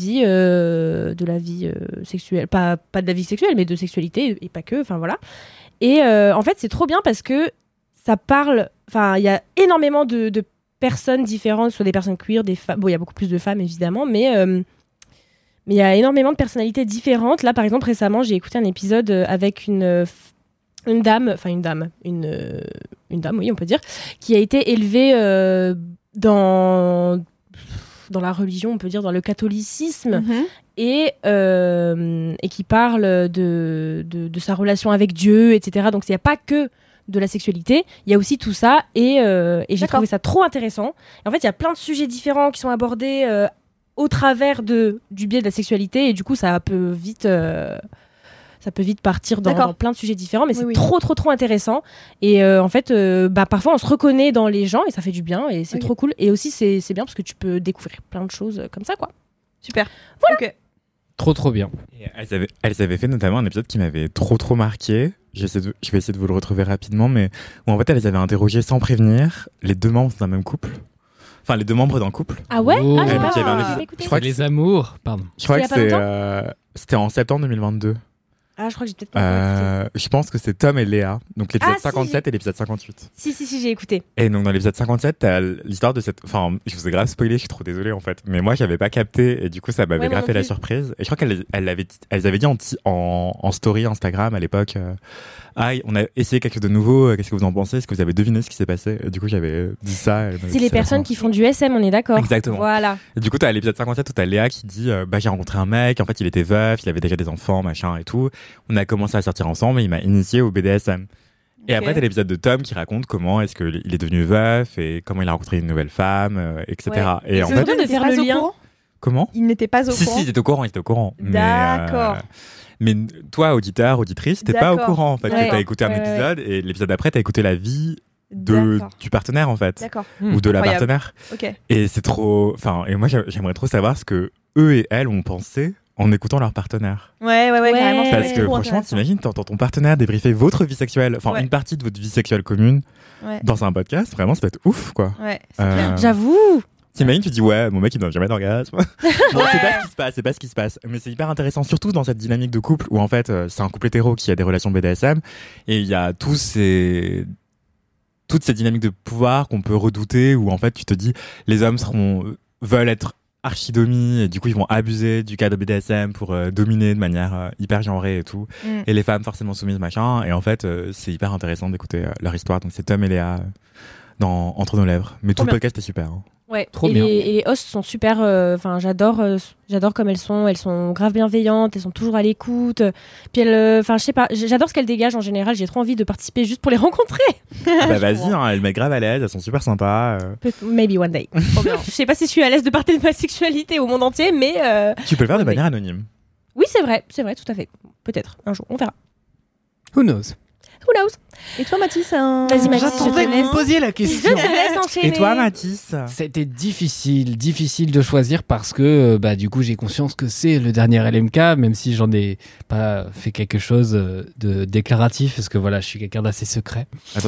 vie sexuelle. Pas de la vie sexuelle, mais de sexualité et pas que. Enfin voilà. Et en fait, c'est trop bien parce que ça parle. Enfin, il y a énormément de personnes différentes, soit des personnes queer, des femmes. Bon, il y a beaucoup plus de femmes évidemment, mais Mais il y a énormément de personnalités différentes. Là, par exemple, récemment, j'ai écouté un épisode avec une dame, oui, on peut dire, qui a été élevée dans la religion, on peut dire, dans le catholicisme, et qui parle de sa relation avec Dieu, etc. Donc, il n'y a pas que de la sexualité, il y a aussi tout ça, et j'ai trouvé ça trop intéressant. Et en fait, il y a plein de sujets différents qui sont abordés au travers du biais de la sexualité, et du coup, ça peut vite partir dans plein de sujets différents, mais c'est trop intéressant. Et en fait, parfois on se reconnaît dans les gens et ça fait du bien et c'est trop cool. Et aussi c'est bien parce que tu peux découvrir plein de choses comme ça, quoi. Super. Voilà. Ok. Trop bien. Et elles avaient fait notamment un épisode qui m'avait trop marqué. Je vais essayer de vous le retrouver rapidement, mais où en fait elles avaient interrogé sans prévenir les deux membres d'un même couple. Enfin, les deux membres d'un couple. Ah ouais? Oh. Ah, j'ai donc, il y avait un pas épisode- écouté. je crois que Les amours, pardon. Je crois que C'était il y a c'était en septembre 2022. Ah, je crois que j'ai peut-être pas écouté. Je pense que c'est Tom et Léa. Donc l'épisode Ah, si, 57 et l'épisode 58. Si, j'ai écouté. Et donc dans l'épisode 57, t'as l'histoire de cette... Enfin, je vous ai grave spoilé, je suis trop désolé en fait. Mais moi, j'avais pas capté et du coup, ça m'avait Ouais, moi grave fait non la plus. surprise. Et je crois qu'elles avaient dit en story Instagram à l'époque, on a essayé quelque chose de nouveau, qu'est-ce que vous en pensez? Est-ce que vous avez deviné ce qui s'est passé? Et du coup, j'avais dit ça. C'est les personnes qui font du SM, on est d'accord. Exactement. Voilà. Et du coup, t'as l'épisode 57 où t'as Léa qui dit j'ai rencontré un mec, en fait, il était veuf, il avait déjà des enfants, machin et tout. On a commencé à sortir ensemble et il m'a initié au BDSM. Et après, t'as l'épisode de Tom qui raconte comment est-ce qu'il est devenu veuf et comment il a rencontré une nouvelle femme, etc. Ouais. Et en c'est fait, bien de faire le lien. comment? Il n'était pas au Si, courant. il était au courant. D'accord. Mais toi, auditeur, auditrice, t'es pas au D'accord. courant en fait. Ouais. T'as écouté un Ouais, épisode et l'épisode d'après, t'as écouté la vie D'accord. du partenaire en fait. D'accord. Ou de la Incroyable. partenaire. Ok. Et c'est trop. Enfin, et moi, j'aimerais trop savoir ce que eux et elles ont pensé en écoutant leur partenaire. Ouais, Ouais. carrément. ça Parce va être que trop franchement, intéressant. t'imagines, t'entends ton partenaire débriefer votre vie sexuelle, enfin Ouais. une partie de votre vie sexuelle commune Ouais. dans un podcast, vraiment, ça peut être ouf quoi. Ouais, c'est clair. J'avoue. T'imagines, tu dis ouais, mon mec il donne jamais d'orgasme. Bon, c'est pas ce qui se passe, mais c'est hyper intéressant, surtout dans cette dynamique de couple où en fait c'est un couple hétéro qui a des relations BDSM et il y a toutes ces dynamiques de pouvoir qu'on peut redouter où en fait tu te dis les hommes veulent être archidomis et du coup ils vont abuser du cadre BDSM pour dominer de manière hyper genrée et tout et les femmes forcément soumises machin et en fait c'est hyper intéressant d'écouter leur histoire. Donc c'est Tom et Léa dans Entre nos lèvres, mais tout le bien. podcast est super hein. Ouais. Trop et bien. les hosts sont super. Enfin, j'adore comme elles sont. Elles sont grave bienveillantes. Elles sont toujours à l'écoute. Puis enfin, je sais pas. J'adore ce qu'elles dégagent en général. J'ai trop envie de participer juste pour les rencontrer. Bah vas-y hein, elles mettent grave à l'aise, elles sont super sympas. Maybe one day. Je sais pas si je suis à l'aise de parler de ma sexualité au monde entier, mais Tu peux le faire de Ouais. manière anonyme. oui, c'est vrai, tout à fait. Peut-être un jour, on verra. Who knows? Who knows? Et toi, Mathis, un... Vas-y, Mathis, J'attendais je te que vous laisse. me posiez la Je question. te laisse enchaîner. Et toi Mathis? C'était difficile de choisir parce que du coup j'ai conscience que c'est le dernier LMK, même si j'en ai pas fait quelque chose de déclaratif parce que voilà, je suis quelqu'un d'assez secret. Attends,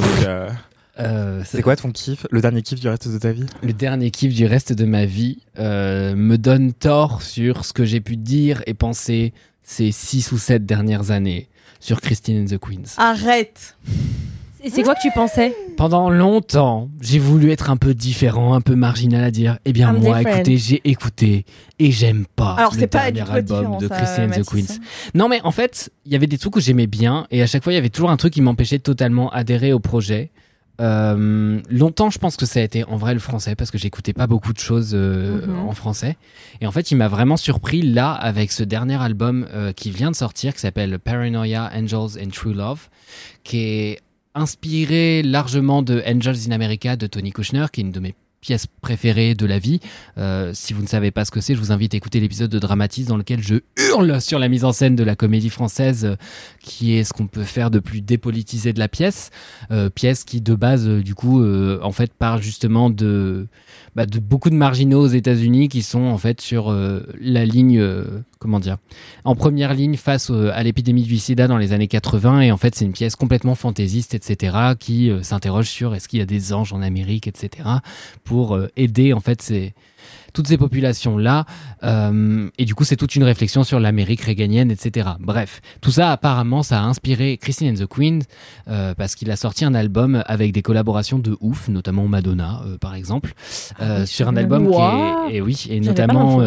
donc, c'est quoi ton kiff, le dernier kiff du reste de ta vie? Le dernier kiff du reste de ma vie me donne tort sur ce que j'ai pu dire et penser ces 6 ou 7 dernières années sur Christine and the Queens. Arrête. Et c'est quoi que tu pensais? Pendant longtemps, j'ai voulu être un peu différent, un peu marginal à dire. Eh bien I'm moi, different. écoutez, j'ai écouté et j'aime pas Alors, le c'est pas du dernier tout album différent, de ça, Christine and the Mathis. Queens. Non mais en fait, il y avait des trucs où j'aimais bien et à chaque fois il y avait toujours un truc qui m'empêchait de totalement adhérer au projet. Longtemps, je pense que ça a été en vrai le français parce que j'écoutais pas beaucoup de choses en français. Et en fait, il m'a vraiment surpris là avec ce dernier album qui vient de sortir, qui s'appelle Paranoia, Angels and True Love, qui est inspiré largement de Angels in America de Tony Kushner, qui est une de mes pièces préférées de la vie. Si vous ne savez pas ce que c'est, je vous invite à écouter l'épisode de Dramatise dans lequel je hurle sur la mise en scène de la comédie française, qui est ce qu'on peut faire de plus dépolitisé de la pièce. Pièce qui, de base, du coup, en fait, parle justement de beaucoup de marginaux aux États-Unis qui sont, en fait, sur la ligne, en première ligne face à l'épidémie du sida dans les années 80. Et en fait, c'est une pièce complètement fantaisiste, etc., qui s'interroge sur est-ce qu'il y a des anges en Amérique, etc., pour aider, en fait, toutes ces populations-là. Et du coup, c'est toute une réflexion sur l'Amérique réganienne, etc. Bref, tout ça, apparemment, ça a inspiré Christine and the Queens parce qu'il a sorti un album avec des collaborations de ouf, notamment Madonna, par exemple, sur un album qui est notamment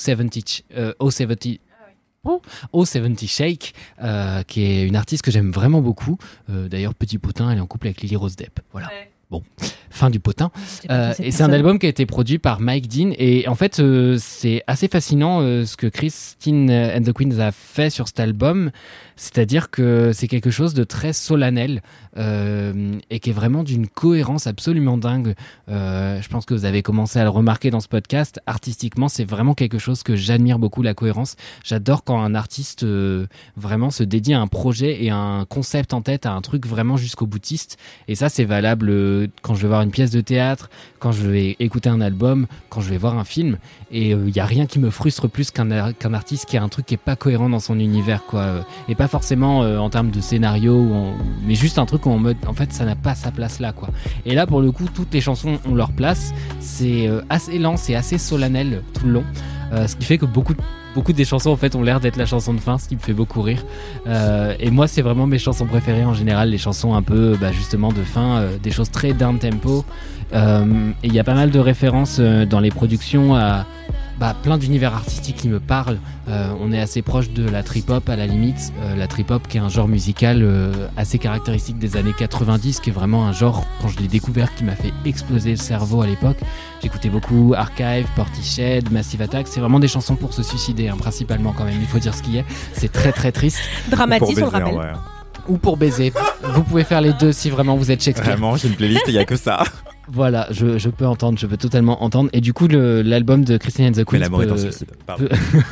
O70 Shake, qui est une artiste que j'aime vraiment beaucoup. D'ailleurs, petit potin, elle est en couple avec Lily Rose Depp. Voilà. Ouais. Bon, fin du potin. Et c'est un album qui a été produit par Mike Dean. Et en fait, c'est assez fascinant ce que Christine and the Queens a fait sur cet album. C'est-à-dire que c'est quelque chose de très solennel et qui est vraiment d'une cohérence absolument dingue. Je pense que vous avez commencé à le remarquer dans ce podcast. Artistiquement, c'est vraiment quelque chose que j'admire beaucoup, la cohérence. J'adore quand un artiste vraiment se dédie à un projet et à un concept en tête, à un truc vraiment jusqu'au boutiste. Et ça, c'est valable quand je vais voir une pièce de théâtre, quand je vais écouter un album, quand je vais voir un film. Et il n'y a rien qui me frustre plus qu'un artiste qui a un truc qui n'est pas cohérent dans son univers, quoi. Et pas forcément en termes de scénario, mais juste un truc où en mode, en fait, ça n'a pas sa place là, quoi. Et là, pour le coup, toutes les chansons ont leur place. C'est assez lent, c'est assez solennel tout le long. Ce qui fait que beaucoup des chansons en fait ont l'air d'être la chanson de fin, ce qui me fait beaucoup rire. Et moi, c'est vraiment mes chansons préférées en général, les chansons un peu justement de fin, des choses très down tempo. Et il y a pas mal de références dans les productions à plein d'univers artistiques qui me parlent. On est assez proche de la trip-hop à la limite. La trip-hop qui est un genre musical assez caractéristique des années 90, qui est vraiment un genre, quand je l'ai découvert, qui m'a fait exploser le cerveau à l'époque. J'écoutais beaucoup Archive, Portishead, Massive Attack. C'est vraiment des chansons pour se suicider, principalement quand même. Il faut dire ce qu'il y a. C'est très très triste. Dramatique, on le rappelle. Ouais. Ou pour baiser. Vous pouvez faire les deux si vraiment vous êtes Shakespeare. Vraiment, j'ai une playlist, il n'y a que ça. Voilà, je peux entendre, je peux totalement entendre. Et du coup, l'album de Christine and the Queens. Mais l'amour est un suicide. Pardon.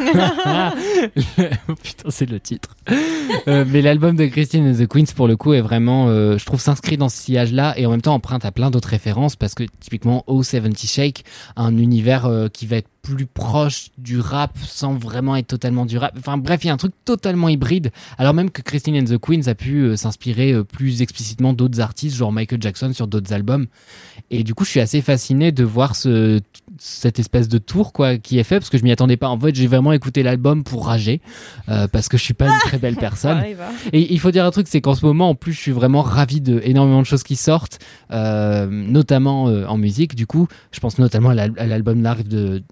Putain, c'est le titre. Mais l'album de Christine and the Queens, pour le coup, est vraiment, je trouve, s'inscrit dans ce sillage-là et en même temps emprunte à plein d'autres références parce que typiquement, O70 Shake a un univers qui va être plus proche du rap sans vraiment être totalement du rap. Enfin bref, il y a un truc totalement hybride. Alors même que Christine and the Queens a pu s'inspirer plus explicitement d'autres artistes, genre Michael Jackson sur d'autres albums. Et du coup, je suis assez fasciné de voir cette espèce de tour qui est fait parce que je m'y attendais pas. En fait, j'ai vraiment écouté l'album pour rager parce que je suis pas une très belle personne. Et il faut dire un truc, c'est qu'en ce moment, en plus, je suis vraiment ravi de énormément de choses qui sortent, notamment en musique. Du coup, je pense notamment à l'album live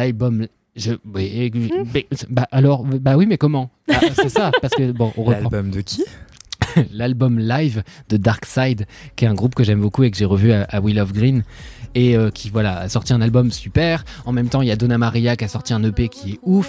oui, mais comment? C'est ça, parce que bon, on reprend. L'album de qui? L'album live de Darkside, qui est un groupe que j'aime beaucoup et que j'ai revu à Will of Green et qui a sorti un album super. En même temps, il y a Donna Maria qui a sorti un EP qui est ouf.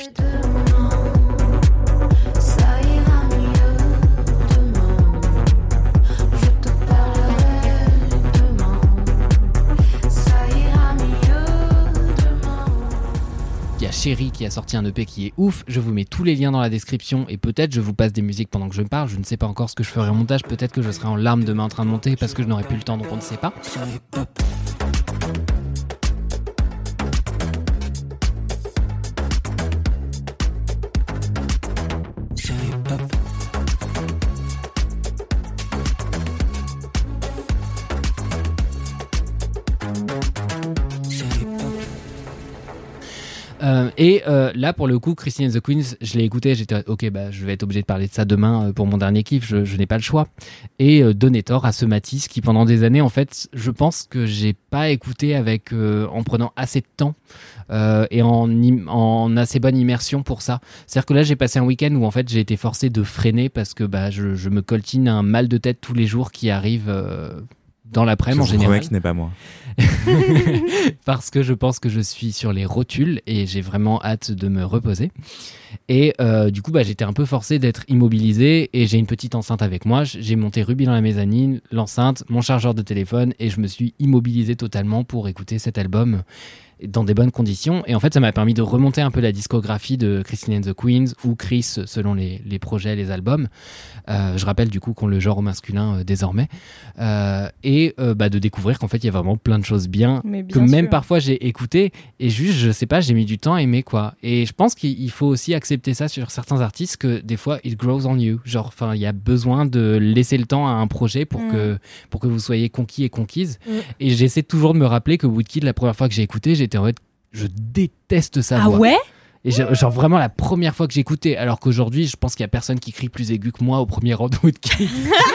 Il y a Chéri qui a sorti un EP qui est ouf. Je vous mets tous les liens dans la description et peut-être je vous passe des musiques pendant que je parle. Je ne sais pas encore ce que je ferai au montage. Peut-être que je serai en larmes demain en train de monter parce que je n'aurai plus le temps, donc on ne sait pas. Là pour le coup, Christine and the Queens, je l'ai écouté, j'étais ok, je vais être obligé de parler de ça demain pour mon dernier kiff, je n'ai pas le choix. Et donner tort à ce Matisse qui pendant des années, en fait, je pense que j'ai pas écouté en prenant assez de temps et en assez bonne immersion pour ça. C'est-à-dire que là j'ai passé un week-end où en fait j'ai été forcé de freiner parce que je me coltine un mal de tête tous les jours qui arrive dans l'après-midi en général. Je vous promets que ce n'est pas moi. Parce que je pense que je suis sur les rotules et j'ai vraiment hâte de me reposer. Et du coup, j'étais un peu forcé d'être immobilisé et j'ai une petite enceinte avec moi. J'ai monté Ruby dans la mezzanine, l'enceinte, mon chargeur de téléphone et je me suis immobilisé totalement pour écouter cet album dans des bonnes conditions. Et en fait, ça m'a permis de remonter un peu la discographie de Christine and the Queens ou Chris selon les projets, les albums. Je rappelle du coup qu'on le genre au masculin désormais. Et de découvrir qu'en fait, il y a vraiment plein de choses bien que même sûr. Parfois j'ai écouté et juste, je sais pas, j'ai mis du temps à aimer quoi. Et je pense qu'il faut aussi accepter ça sur certains artistes que des fois, it grows on you. Genre, il y a besoin de laisser le temps à un projet pour que vous soyez conquis et conquises. Et j'essaie toujours de me rappeler que Woodkid, la première fois que j'ai écouté, j'étais en mode je déteste sa Ah voix. ouais? Et genre vraiment la première fois que j'écoutais, alors qu'aujourd'hui je pense qu'il y a personne qui crie plus aigu que moi au premier rang de Woodkid.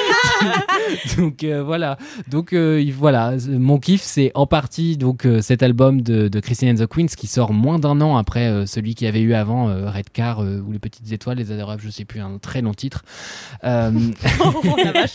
Donc voilà. Donc voilà, mon kiff c'est en partie donc cet album de Christine and the Queens qui sort moins d'un an après celui qu'il y avait eu avant, Red Car ou Les Petites Étoiles, Les Adorables, je sais plus, un très long titre. Oh la vache.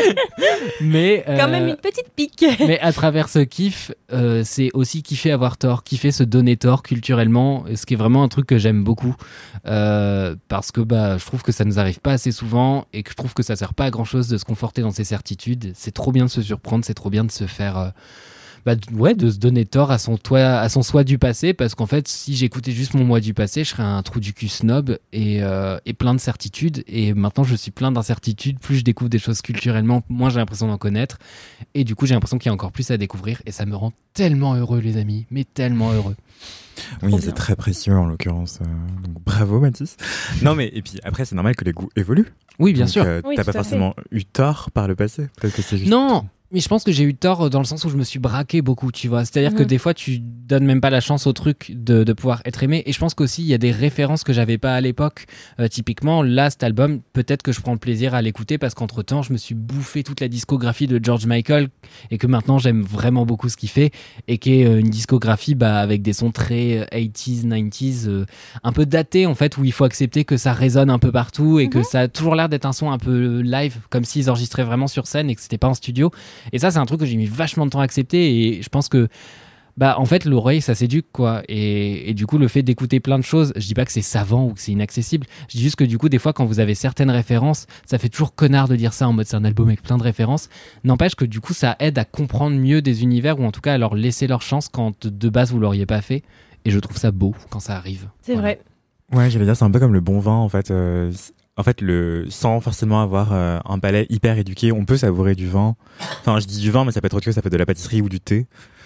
Mais Quand même une petite pique. mais à travers ce kiff, c'est aussi kiffer avoir tort, kiffer se donner tort culturellement, ce qui est vraiment un truc que j'aime beaucoup, parce que je trouve que ça nous arrive pas assez souvent et que je trouve que ça sert pas à grand chose de se conforter dans ses certitudes. C'est trop bien de se surprendre, c'est trop bien de se faire de se donner tort à son soi du passé, parce qu'en fait si j'écoutais juste mon moi du passé, je serais un trou du cul snob et plein de certitudes, et maintenant je suis plein d'incertitudes. Plus je découvre des choses culturellement, moins j'ai l'impression d'en connaître, et du coup j'ai l'impression qu'il y a encore plus à découvrir, et ça me rend tellement heureux les amis, mais tellement heureux. Oui, c'est très précieux en l'occurrence. Donc bravo Mathis. Non mais et puis après c'est normal que les goûts évoluent. Oui, bien Donc, sûr. Oui, t'as tout pas à forcément eu tort par le passé. Peut-être que c'est juste. Non, mais je pense que j'ai eu tort dans le sens où je me suis braqué beaucoup, tu vois. C'est-à-dire que des fois, tu donnes même pas la chance au truc de pouvoir être aimé. Et je pense qu'aussi, il y a des références que j'avais pas à l'époque. Typiquement, là, cet album, peut-être que je prends le plaisir à l'écouter parce qu'entre-temps, je me suis bouffé toute la discographie de George Michael et que maintenant, j'aime vraiment beaucoup ce qu'il fait, et qui est une discographie avec des sons très 80s, 90s, un peu datés en fait, où il faut accepter que ça résonne un peu partout et que ça a toujours l'air d'être un son un peu live, comme s'ils enregistraient vraiment sur scène et que c'était pas en studio. Et ça, c'est un truc que j'ai mis vachement de temps à accepter, et je pense que en fait l'oreille ça s'éduque quoi, et du coup le fait d'écouter plein de choses, je dis pas que c'est savant ou que c'est inaccessible, je dis juste que du coup des fois quand vous avez certaines références, ça fait toujours connard de dire ça en mode c'est un album avec plein de références, n'empêche que du coup ça aide à comprendre mieux des univers, ou en tout cas à leur laisser leur chance quand de base vous l'auriez pas fait, et je trouve ça beau quand ça arrive. C'est Voilà. vrai. Ouais, j'allais dire c'est un peu comme le bon vin en fait. En fait, sans forcément avoir un palais hyper éduqué, on peut savourer du vin. Enfin, je dis du vin, mais ça peut être autre chose, ça peut être de la pâtisserie ou du thé.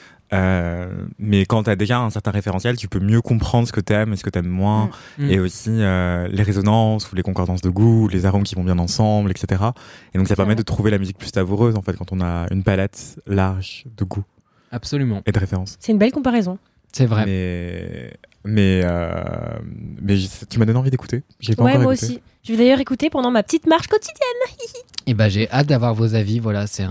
Mais quand t'as déjà un certain référentiel, tu peux mieux comprendre ce que t'aimes et ce que t'aimes moins, et aussi les résonances ou les concordances de goût, les arômes qui vont bien ensemble, etc. Et donc ça permet de trouver la musique plus savoureuse en fait quand on a une palette large de goût Absolument. et de références. C'est une belle comparaison. C'est vrai. Mais tu m'as donné envie d'écouter. J'ai pas Ouais, encore moi écouté. aussi. Je vais d'ailleurs écouter pendant ma petite marche quotidienne. Et j'ai hâte d'avoir vos avis. Voilà, c'est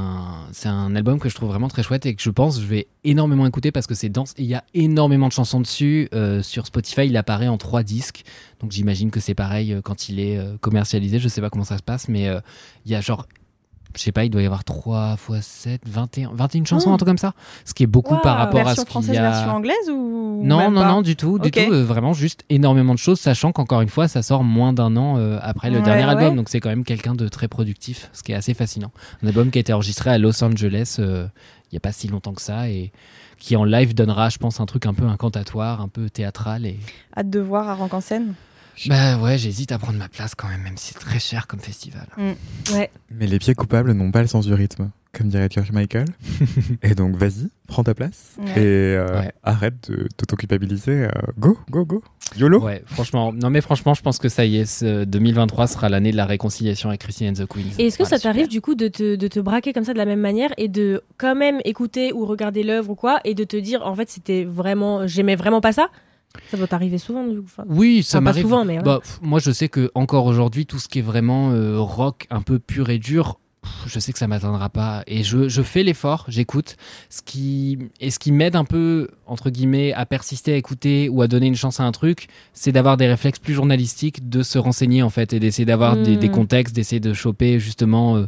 un album que je trouve vraiment très chouette et que je pense je vais énormément écouter parce que c'est dense et il y a énormément de chansons dessus. Sur Spotify, il apparaît en 3 disques. Donc j'imagine que c'est pareil quand il est commercialisé. Je sais pas comment ça se passe, mais il y a genre, je sais pas, il doit y avoir 3 x 7, 21 chansons, un truc comme ça. Ce qui est beaucoup par rapport à version ce qu'il française, y a. version anglaise ou Non, même non, pas non, du tout. Ok. Vraiment juste énormément de choses, sachant qu'encore une fois, ça sort moins d'un an après le Ouais, dernier album. ouais. Donc c'est quand même quelqu'un de très productif, ce qui est assez fascinant. Un album qui a été enregistré à Los Angeles il n'y a pas si longtemps que ça, et qui en live donnera, je pense, un truc un peu incantatoire, un peu théâtral. Et Hâte de voir à Rock en scène. ouais, j'hésite à prendre ma place quand même si c'est très cher comme festival. Ouais. Mais les pieds coupables n'ont pas le sens du rythme, comme dirait George Michael. Et donc, vas-y, prends ta place Ouais. et Ouais. arrête de t'auto-culpabiliser. Go, go, go. YOLO. Ouais, franchement, je pense que ça y est, 2023 sera l'année de la réconciliation avec Christine and the Queens. Et est-ce que Voilà, ça t'arrive super. du coup de te braquer comme ça de la même manière et de quand même écouter ou regarder l'œuvre ou quoi, et de te dire en fait j'aimais vraiment pas ça? Ça doit t'arriver souvent du coup. Enfin, Oui, ça pas m'arrive. souvent, mais ouais. Moi, je sais que encore aujourd'hui, tout ce qui est vraiment rock un peu pur et dur, je sais que ça m'atteindra pas. Et je fais l'effort, j'écoute. Ce qui m'aide un peu, entre guillemets, à persister à écouter ou à donner une chance à un truc, c'est d'avoir des réflexes plus journalistiques, de se renseigner en fait, et d'essayer d'avoir des contextes, d'essayer de choper justement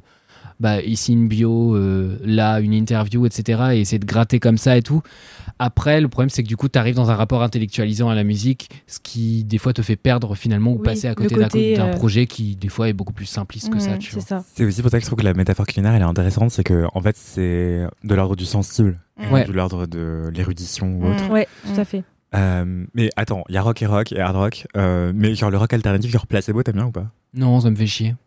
ici une bio, là une interview, etc. Et essayer de gratter comme ça et tout. Après, le problème, c'est que du coup, tu arrives dans un rapport intellectualisant à la musique, ce qui, des fois, te fait perdre finalement ou Oui, passer à le côté côté, d'un projet qui, des fois, est beaucoup plus simpliste que ça, tu c'est vois. ça. C'est aussi pour ça que je trouve que la métaphore culinaire, elle est intéressante. C'est que, en fait, c'est de l'ordre du sensible, et Ouais. de l'ordre de l'érudition ou autre. Ouais, tout à fait. Mais attends, il y a rock et hard rock. Mais genre le rock alternatif, genre Placebo, t'aimes bien ou pas? Non, ça me fait chier.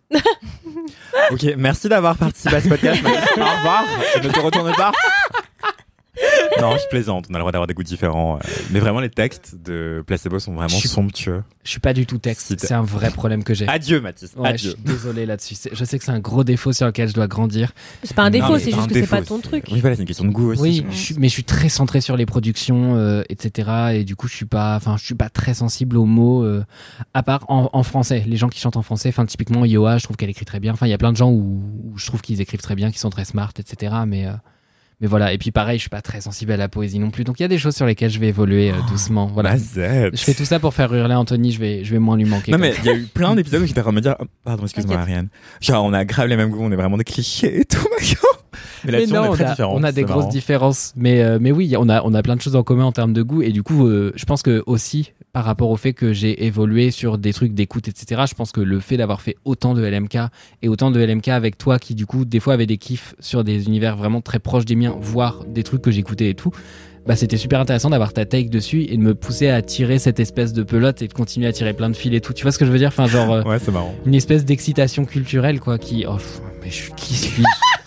Ok, merci d'avoir participé à ce podcast. Au revoir. Et ne te retourne pas. Non, je plaisante. On a le droit d'avoir des goûts différents. Mais vraiment, les textes de Placebo sont vraiment somptueux. Je suis pas du tout texte. C'est un vrai problème que j'ai. Adieu, Mathis. Ouais, Adieu. je suis désolé là-dessus. Je sais que c'est un gros défaut sur lequel je dois grandir. C'est pas un défaut, mais c'est pas juste un que c'est défaut, pas ton truc. Oui, voilà, c'est une question de goût aussi. Oui, mais je suis très centré sur les productions, etc. Et du coup, je suis pas très sensible aux mots, à part en français. Les gens qui chantent en français, typiquement Yoa, je trouve qu'elle écrit très bien. Il y a plein de gens où je trouve qu'ils écrivent très bien, qui sont très smart, etc. Mais voilà. Et puis pareil, je suis pas très sensible à la poésie non plus. Donc il y a des choses sur lesquelles je vais évoluer doucement. Voilà. Je fais tout ça pour faire hurler Anthony. Je vais moins lui manquer. Non mais il y a eu plein d'épisodes où j'étais en train de me dire, pardon, excuse-moi Ariane. Genre on a grave les mêmes goûts, on est vraiment des clichés et tout machin. Mais là-dessus, on est très différents. On a des grosses différences. Mais oui, on a plein de choses en commun en termes de goût. Et du coup, je pense que aussi, par rapport au fait que j'ai évolué sur des trucs d'écoute, etc., je pense que le fait d'avoir fait autant de LMK et autant de LMK avec toi qui, du coup, des fois avait des kiffs sur des univers vraiment très proches des miens, voire des trucs que j'écoutais et tout, bah c'était super intéressant d'avoir ta take dessus et de me pousser à tirer cette espèce de pelote et de continuer à tirer plein de fils et tout. Tu vois ce que je veux dire? Ouais, c'est marrant. Une espèce d'excitation culturelle, quoi, qui... Oh, mais qui suis-je?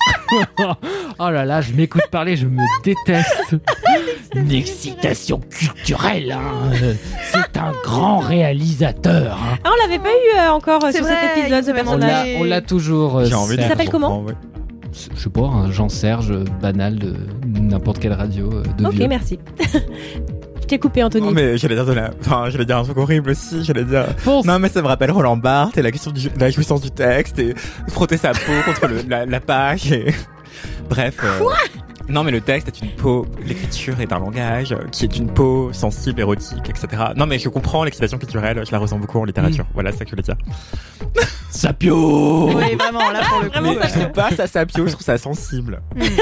Oh là là, je m'écoute parler, je me déteste. Une excitation culturelle, hein. C'est un grand réalisateur. Hein. Ah, on l'avait pas eu encore sur cet épisode, ce personnage. On l'a toujours. J'ai envie de Il s'appelle comment? Je sais pas, un Jean-Serge banal de n'importe quelle radio de vieux. Ok, merci. Je t'ai coupé, Anthony. Non mais j'allais dire un truc horrible aussi, Fonce. Non mais ça me rappelle Roland Barthes et la question de la jouissance du texte et frotter sa peau contre la page et... Bref. Non mais le texte est une peau, l'écriture est un langage qui est une peau sensible, érotique, etc. Non mais je comprends l'excitation culturelle, je la ressens beaucoup en littérature. Voilà, c'est ça que je voulais dire. Sapio. Oui, vraiment, là pour le coup. Mais je trouve pas ça sapio, je trouve ça sensible.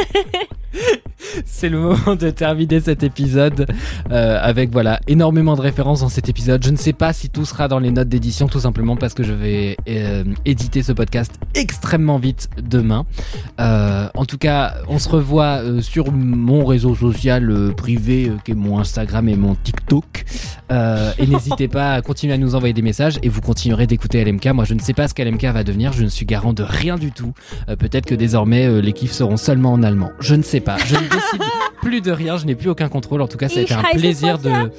C'est le moment de terminer cet épisode avec énormément de références dans cet épisode. Je ne sais pas si tout sera dans les notes d'édition, tout simplement parce que je vais éditer ce podcast extrêmement vite demain. En tout cas, on se revoit sur mon réseau social privé qui est mon Instagram et mon TikTok. Et n'hésitez pas à continuer à nous envoyer des messages et vous continuerez d'écouter LMK. Moi, je ne sais pas ce qu'LMK va devenir, je ne suis garant de rien du tout. Peut-être que désormais les kiffs seront seulement en allemand. Je ne sais pas. Je ne décide plus de rien, je n'ai plus aucun contrôle. En tout cas, ça a été un plaisir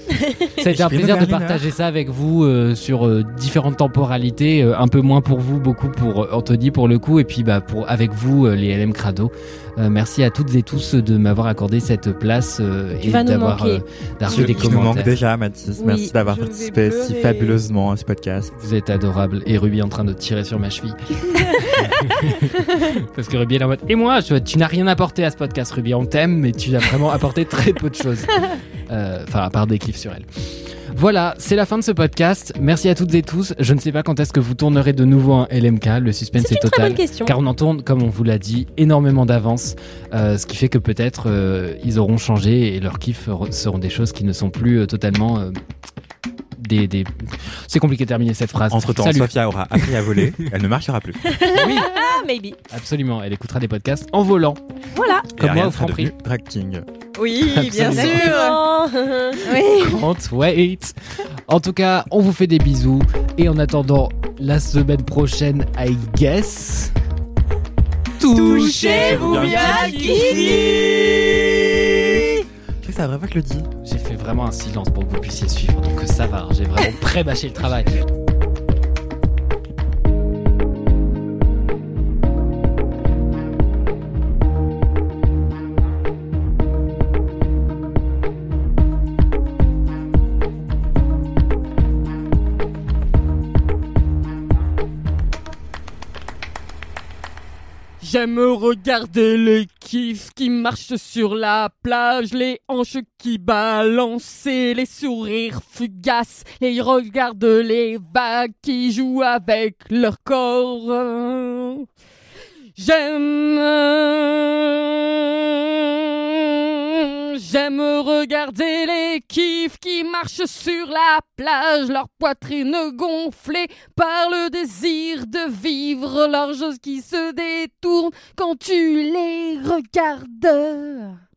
de partager ça avec vous sur différentes temporalités, un peu moins pour vous, beaucoup pour Anthony pour le coup, et puis avec vous les LM Crado. Merci à toutes et tous de m'avoir accordé cette place et d'avoir fait des commentaires. Je nous manque déjà, Mathis. Oui, merci d'avoir participé si fabuleusement à ce podcast. Vous êtes adorable. Et Ruby est en train de tirer sur ma cheville. Parce que Ruby est en mode. Et moi, tu n'as rien apporté à ce podcast, Ruby. On t'aime, mais tu as vraiment apporté très peu de choses. À part des kiffs sur elle. Voilà, c'est la fin de ce podcast. Merci à toutes et tous. Je ne sais pas quand est-ce que vous tournerez de nouveau un LMK. Le suspense est total. Très bonne question. Car on en tourne, comme on vous l'a dit, énormément d'avance. Ce qui fait que peut-être ils auront changé et leurs kiffs seront des choses qui ne sont plus totalement... C'est compliqué de terminer cette phrase. Entre-temps, Sophia aura appris à voler. Elle ne marchera plus. Oui, maybe. Absolument. Elle écoutera des podcasts en volant. Voilà. Comme moi au Franprix. Drag King. Oui, bien Absolument. sûr. Oui. Can't wait. En tout cas, on vous fait des bisous. Et en attendant, la semaine prochaine, I guess... Touchez-vous bien, Kiki. C'est la vraie fois que je le dis. J'ai fait vraiment un silence pour que vous puissiez suivre, donc ça va, j'ai vraiment pré-bâché le travail. J'aime regarder les kiffs qui marchent sur la plage, les hanches qui balancent et les sourires fugaces, et regarde les vagues qui jouent avec leur corps. J'aime regarder les kiffs qui marchent sur la plage, leur poitrine gonflée par le désir de vivre, leurs choses qui se détournent quand tu les regardes.